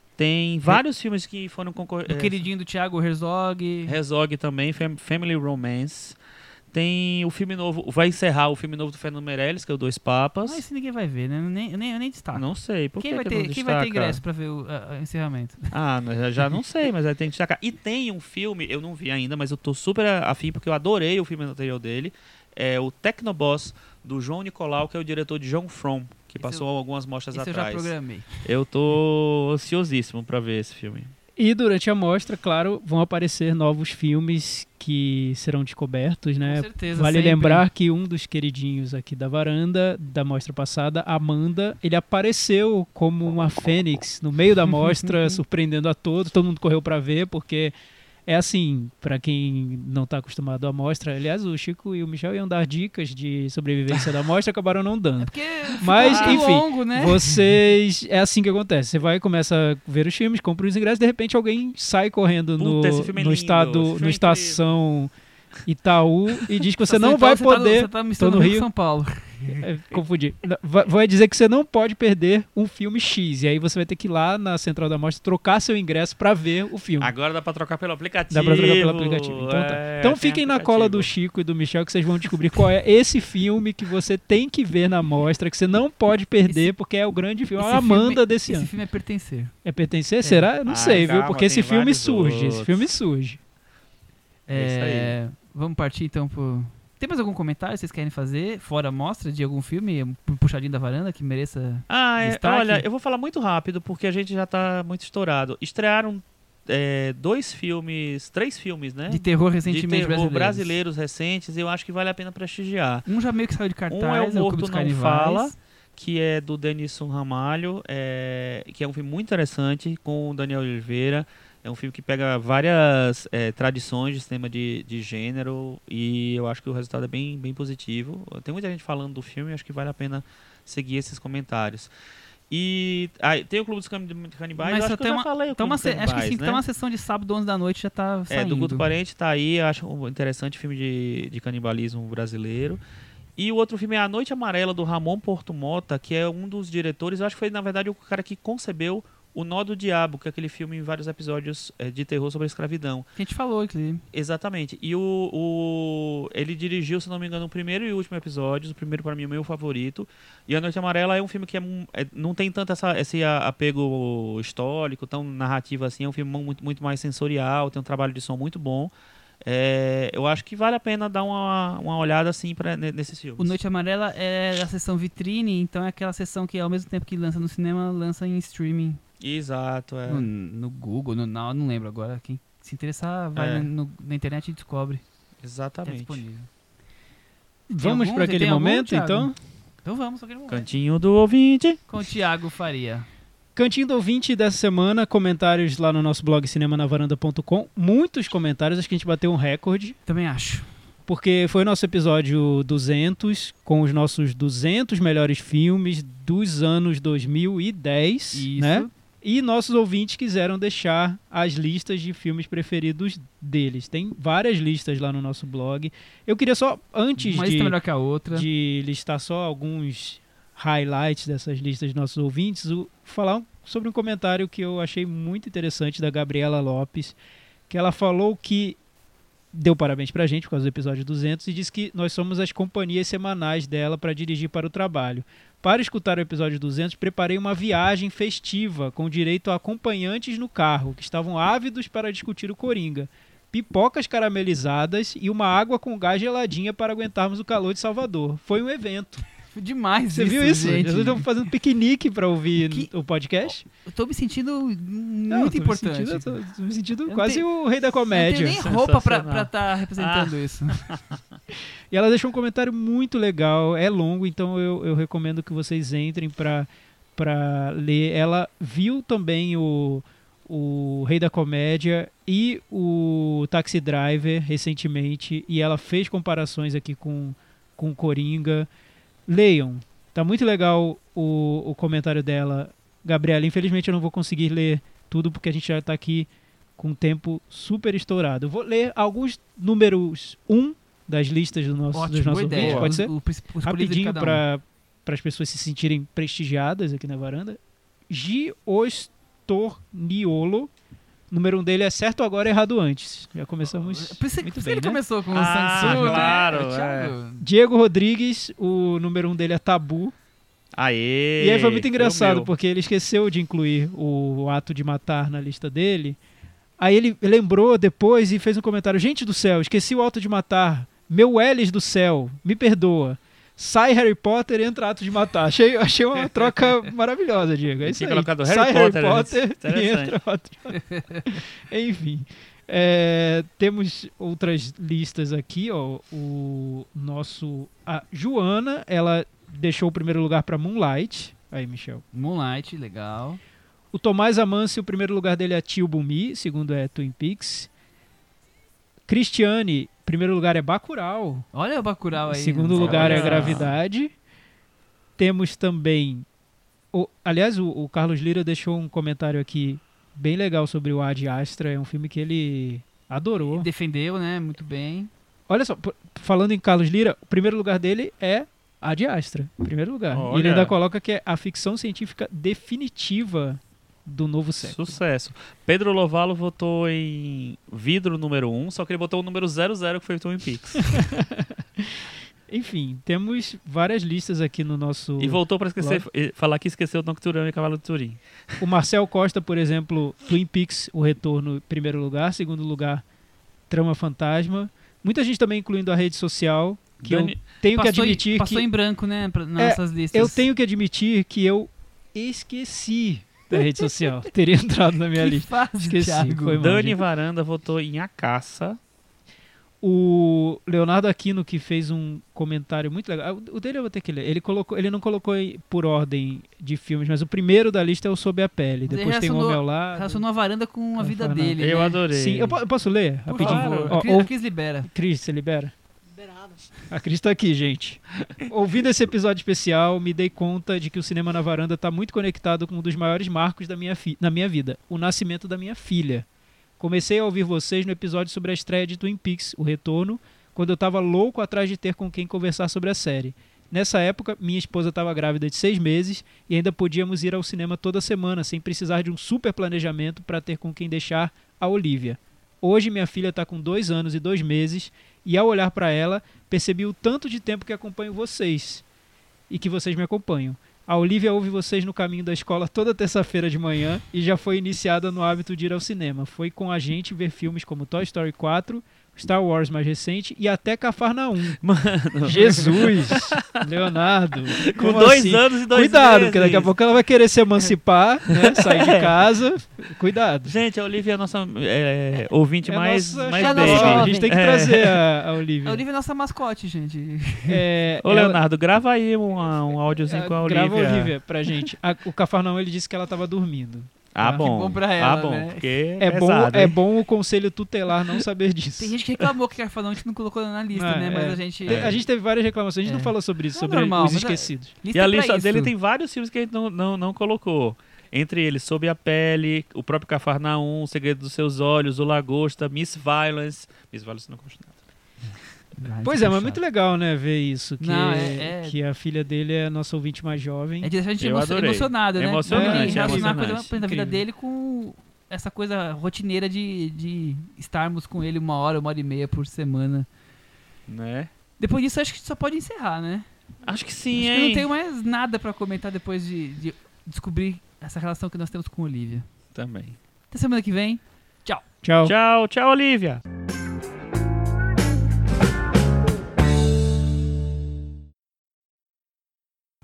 Tem vários filmes que foram O concorrentes. queridinho do Thiago Herzog. Herzog também, Fam- Family Romance. Tem o filme novo, vai encerrar o filme novo do Fernando Meirelles, que é o Dois Papas. Ah, esse ninguém vai ver, né? Eu nem, eu nem, eu nem destaco. Não sei, por quem que vai que ter, não quem vai ter destaca? ingresso pra ver o a- a encerramento? Ah, não, já, já não sei, mas aí tem que destacar. E tem um filme, eu não vi ainda, mas eu tô super afim, porque eu adorei o filme anterior dele. É o Tecnoboss, do João Nicolau, que é o diretor de John From, que Esse passou algumas mostras Esse eu já atrás. programei. Eu tô ansiosíssimo pra ver esse filme. E durante a mostra, claro, vão aparecer novos filmes que serão descobertos, né? Com certeza, Vale sempre. lembrar que um dos queridinhos aqui da varanda, da mostra passada, Amanda, ele apareceu como uma fênix no meio da mostra, surpreendendo a todos. Todo mundo correu pra ver, porque é assim, pra quem não tá acostumado à mostra, aliás, o Chico e o Michel iam dar dicas de sobrevivência da mostra, acabaram não É dando. porque Mas, ficou muito enfim, longo, né? Vocês. É assim que acontece. Você vai e começa a ver os filmes, compra os ingressos, de repente alguém sai correndo no, Puta, esse filme é no lindo, estado, esse filme no é estação Itaú e diz que você Estação não Itaú, vai você tá no- poder. Você tá misturando no Rio Rio. com São Paulo. É, confundi. Vai, vai dizer que você não pode perder um filme X. E aí você vai ter que ir lá na central da mostra trocar seu ingresso pra ver o filme. Agora dá pra trocar pelo aplicativo. Dá pra trocar pelo aplicativo. Então, tá. É, Então tem fiquem na aplicativo. cola do Chico e do Michel que vocês vão descobrir qual é esse filme que você tem que ver na mostra, que você não pode perder, Esse- porque é o grande filme, Esse a Amanda filme- desse Esse ano. filme é pertencer. É pertencer? Será? Eu não Ah, sei, viu? calma, Porque esse tem filme vários surge. Esse outros. filme surge. É isso É, vamos partir então pro... Tem mais algum comentário que vocês querem fazer, fora a mostra de algum filme, um puxadinho da varanda, que mereça... Ah, é, Destaque? olha, eu vou falar muito rápido porque a gente já tá muito estourado. Estrearam é, dois filmes, três filmes, né? De terror De recentemente terror brasileiros. brasileiros recentes, eu acho que vale a pena prestigiar. Um já meio que saiu de cartaz, Um é o Clube Morto dos Não Carnivais. Fala, que é do Denilson Ramalho, é, que é um filme muito interessante, com o Daniel Oliveira. É um filme que pega várias é, tradições de cinema de, de gênero e eu acho que o resultado é bem, bem positivo. Tem muita gente falando do filme e acho que vale a pena seguir esses comentários. E ah, tem o Clube dos Can- Canibais, Mas eu só acho que tem eu já uma- falei o Então Clube uma dos se- acho que Canibais, sim, né? então uma sessão de sábado, onze da noite já tá É, saindo. do Guto Parente tá aí, eu acho um interessante filme de, de canibalismo brasileiro. E o outro filme é A Noite Amarela, do Ramon Porto Mota, que é um dos diretores, eu acho que foi, na verdade, o cara que concebeu O Nó do Diabo, que é aquele filme em vários episódios é, de terror sobre a escravidão. Que a gente falou, inclusive. Exatamente. E o, o ele dirigiu, se não me engano, o primeiro e o último episódio. O primeiro, para mim, é o meu favorito. E A Noite Amarela é um filme que é, um- é- não tem tanto essa, esse a- apego histórico, tão narrativo assim. É um filme muito, muito mais sensorial, tem um trabalho de som muito bom. É, eu acho que vale a pena dar uma, uma olhada assim pra, ne- nesses filmes. O Noite Amarela é a sessão vitrine, então é aquela sessão que ao mesmo tempo que lança no cinema, lança em streaming. Exato, é. No, no Google, no Now, não lembro agora. Quem se interessar, vai É. na, no- na internet e descobre. Tá Exatamente. disponível. Vamos algum? para Você aquele tem algum, momento, Thiago? então? Então vamos, aquele momento. Cantinho do ouvinte. Com o Thiago Faria. Cantinho do ouvinte dessa semana, comentários lá no nosso blog cinema na varanda ponto com. Muitos comentários, acho que a gente bateu um recorde. Também acho. Porque foi o nosso episódio duzentos, com os nossos duzentos melhores filmes dos anos dois mil e dez, Isso. né? E nossos ouvintes quiseram deixar as listas de filmes preferidos deles. Tem várias listas lá no nosso blog. Eu queria só, antes Uma de, lista melhor que a outra. de listar só alguns highlights dessas listas de nossos ouvintes, o- falar sobre um comentário que eu achei muito interessante da Gabriela Lopes, que ela falou que deu parabéns pra gente por causa do episódio duzentos e disse que nós somos as companhias semanais dela para dirigir para o trabalho. Para escutar o episódio duzentos, preparei uma viagem festiva com direito a acompanhantes no carro, que estavam ávidos para discutir o Coringa. Pipocas caramelizadas e uma água com gás geladinha para aguentarmos o calor de Salvador. Foi um evento. Demais Você isso, viu isso? gente. Eles estão fazendo piquenique para ouvir Que- o podcast? Eu tô me sentindo muito Não, eu tô importante. Me sentindo, eu tô, tô me sentindo não quase tenho- o rei da Eu não comédia. tenho nem roupa pra Sensacional. estar representando isso. E ela deixou um comentário muito legal. É longo, então eu, eu recomendo que vocês entrem para para ler. Ela viu também o, o Rei da Comédia e o Taxi Driver recentemente, e ela fez comparações aqui com, com Coringa. Leiam, tá muito legal o, o comentário dela. Gabriela, infelizmente eu não vou conseguir ler tudo porque a gente já tá aqui com o tempo super estourado. Eu vou ler alguns números um das listas do nosso, Ótimo, dos nossos boa ideia. ouvintes, pode Os- ser? o- os- os Rapidinho de cada um. para para as pessoas se sentirem prestigiadas aqui na varanda. Giostorniolo, número um dele é certo agora, errado antes. Já começamos Por isso, muito por isso bem, ele né? começou com o Ah, Samsung, claro, né? Thiago. Diego Rodrigues, o número um dele é Tabu. Aê! E aí foi muito o engraçado, meu. porque ele esqueceu de incluir o ato de matar na lista dele. Aí ele lembrou depois e fez um comentário: gente do céu, esqueci o ato de matar. Meu Elis do céu, me perdoa. Sai Harry Potter e entra ato de matar. Achei, achei uma troca maravilhosa, Diego. É Eu isso tinha aí. colocado Harry Sai Potter Harry antes. Potter e Interessante. entra o ato de matar. Enfim. É, temos outras listas aqui, ó. O nosso... A Joana, ela deixou o primeiro lugar para Moonlight. Aí, Michel. Moonlight, legal. O Tomás Amancio, o primeiro lugar dele é Tio Bumi, segundo é Twin Peaks. Cristiane, primeiro lugar é Bacurau. Olha o Bacurau aí. Segundo Olha. lugar é Gravidade. Temos também... O, aliás, o, o Carlos Lira deixou um comentário aqui bem legal sobre o Ad Astra. É um filme que ele adorou. Defendeu, né? Muito bem. Olha só, p- falando em Carlos Lira, o primeiro lugar dele é Ad Astra. Primeiro lugar. E Olha. ele ainda coloca que é a ficção científica definitiva do novo século. Sucesso. Pedro Lovalo votou em Vidro número um, só que ele botou o número zero zero que foi o Twin Peaks. Enfim, temos várias listas aqui no nosso... E voltou pra esquecer, e falar que esqueceu o Nocturano e Cavalo de Turim. O Marcel Costa, por exemplo, Twin Peaks, O Retorno, primeiro lugar. Segundo lugar, Trama Fantasma. Muita gente também incluindo a rede social, que Dani- eu tenho Passou, que admitir em, passou que... em branco, né? pra- Nessas listas. Eu tenho que admitir que eu esqueci da rede social. Teria entrado na minha Que lista. fase, Esqueci, Thiago. foi mal, Dani gente. Varanda votou em A Caça. O Leonardo Aquino, que fez um comentário muito legal. O o dele eu vou ter que ler. Ele, colocou, ele não colocou em- por ordem de filmes, mas o primeiro da lista é o Sob a Pele. Mas ele Depois tem o Homem ao relacionou- Lado. Relacionou a varanda com a vida Fernando. dele, Eu né? adorei. Sim, eu, po- eu posso ler? Por Rapidinho. favor. Ó, A Cris- ou- a Cris libera. Cris, você libera? Liberado. A Cris tá aqui, gente. Ouvindo esse episódio especial, me dei conta de que o Cinema na Varanda tá muito conectado com um dos maiores marcos da minha fi- na minha vida, o nascimento da minha filha. Comecei a ouvir vocês no episódio sobre a estreia de Twin Peaks, O Retorno, quando eu tava louco atrás de ter com quem conversar sobre a série. Nessa época, minha esposa estava grávida de seis meses e ainda podíamos ir ao cinema toda semana, sem precisar de um super planejamento para ter com quem deixar a Olivia. Hoje minha filha está com dois anos e dois meses e ao olhar para ela, percebi o tanto de tempo que acompanho vocês e que vocês me acompanham. A Olivia ouve vocês no caminho da escola toda terça-feira de manhã e já foi iniciada no hábito de ir ao cinema. Foi com a gente ver filmes como Toy Story quatro, Star Wars mais recente e até Cafarnaum. Mano, Jesus! Leonardo! com como dois assim? anos e dois Cuidado, meses. porque daqui a pouco ela vai querer se emancipar, né? Sair de casa. Cuidado. Gente, a Olivia é a nossa é, ouvinte É mais, nossa mais É a baby. nossa A jovem. gente tem que É. trazer a, a Olivia. A Olivia é nossa mascote, gente. É, Ô, ela- Leonardo, grava aí um, um áudiozinho é, com a Olivia. grava a Olivia pra gente. A- o Cafarnaum, ele disse que ela tava dormindo. Ah, Que bom. bom pra ela, ah, bom, né? porque É, bom, pesado, é hein? bom o conselho tutelar não saber disso. Tem gente que reclamou que quer falar, a gente não colocou na lista, Ah, né? é. Mas a gente. Te- A gente teve várias reclamações, a gente É. não falou sobre isso, É sobre normal, os mas é- esquecidos. lista E a é pra lista isso. dele tem vários filmes que a gente não, não, não colocou. Entre eles, Sob a Pele, o próprio Cafarnaum, O Segredo dos Seus Olhos, O Lagosta, Miss Violence. Miss Violence não gosto nada. Ah, Pois isso é, mas chato. muito legal, né, ver isso. Que, Não, é- é- que a filha dele é a nossa ouvinte mais jovem. É de deixar a gente Eu emo- adorei. emocionado, né? Emocionante, Ele é relacionar a coisa emocionante. da vida Incrível. dele com essa coisa rotineira de, de estarmos com ele uma hora, uma hora e meia por semana. Né? Depois disso, acho que só pode encerrar, né? Acho que sim, acho que eu hein? não tenho mais nada pra comentar depois de, de descobrir essa relação que nós temos com Olivia. Também. Até semana que vem. Tchau. Tchau. Tchau, tchau, Olivia.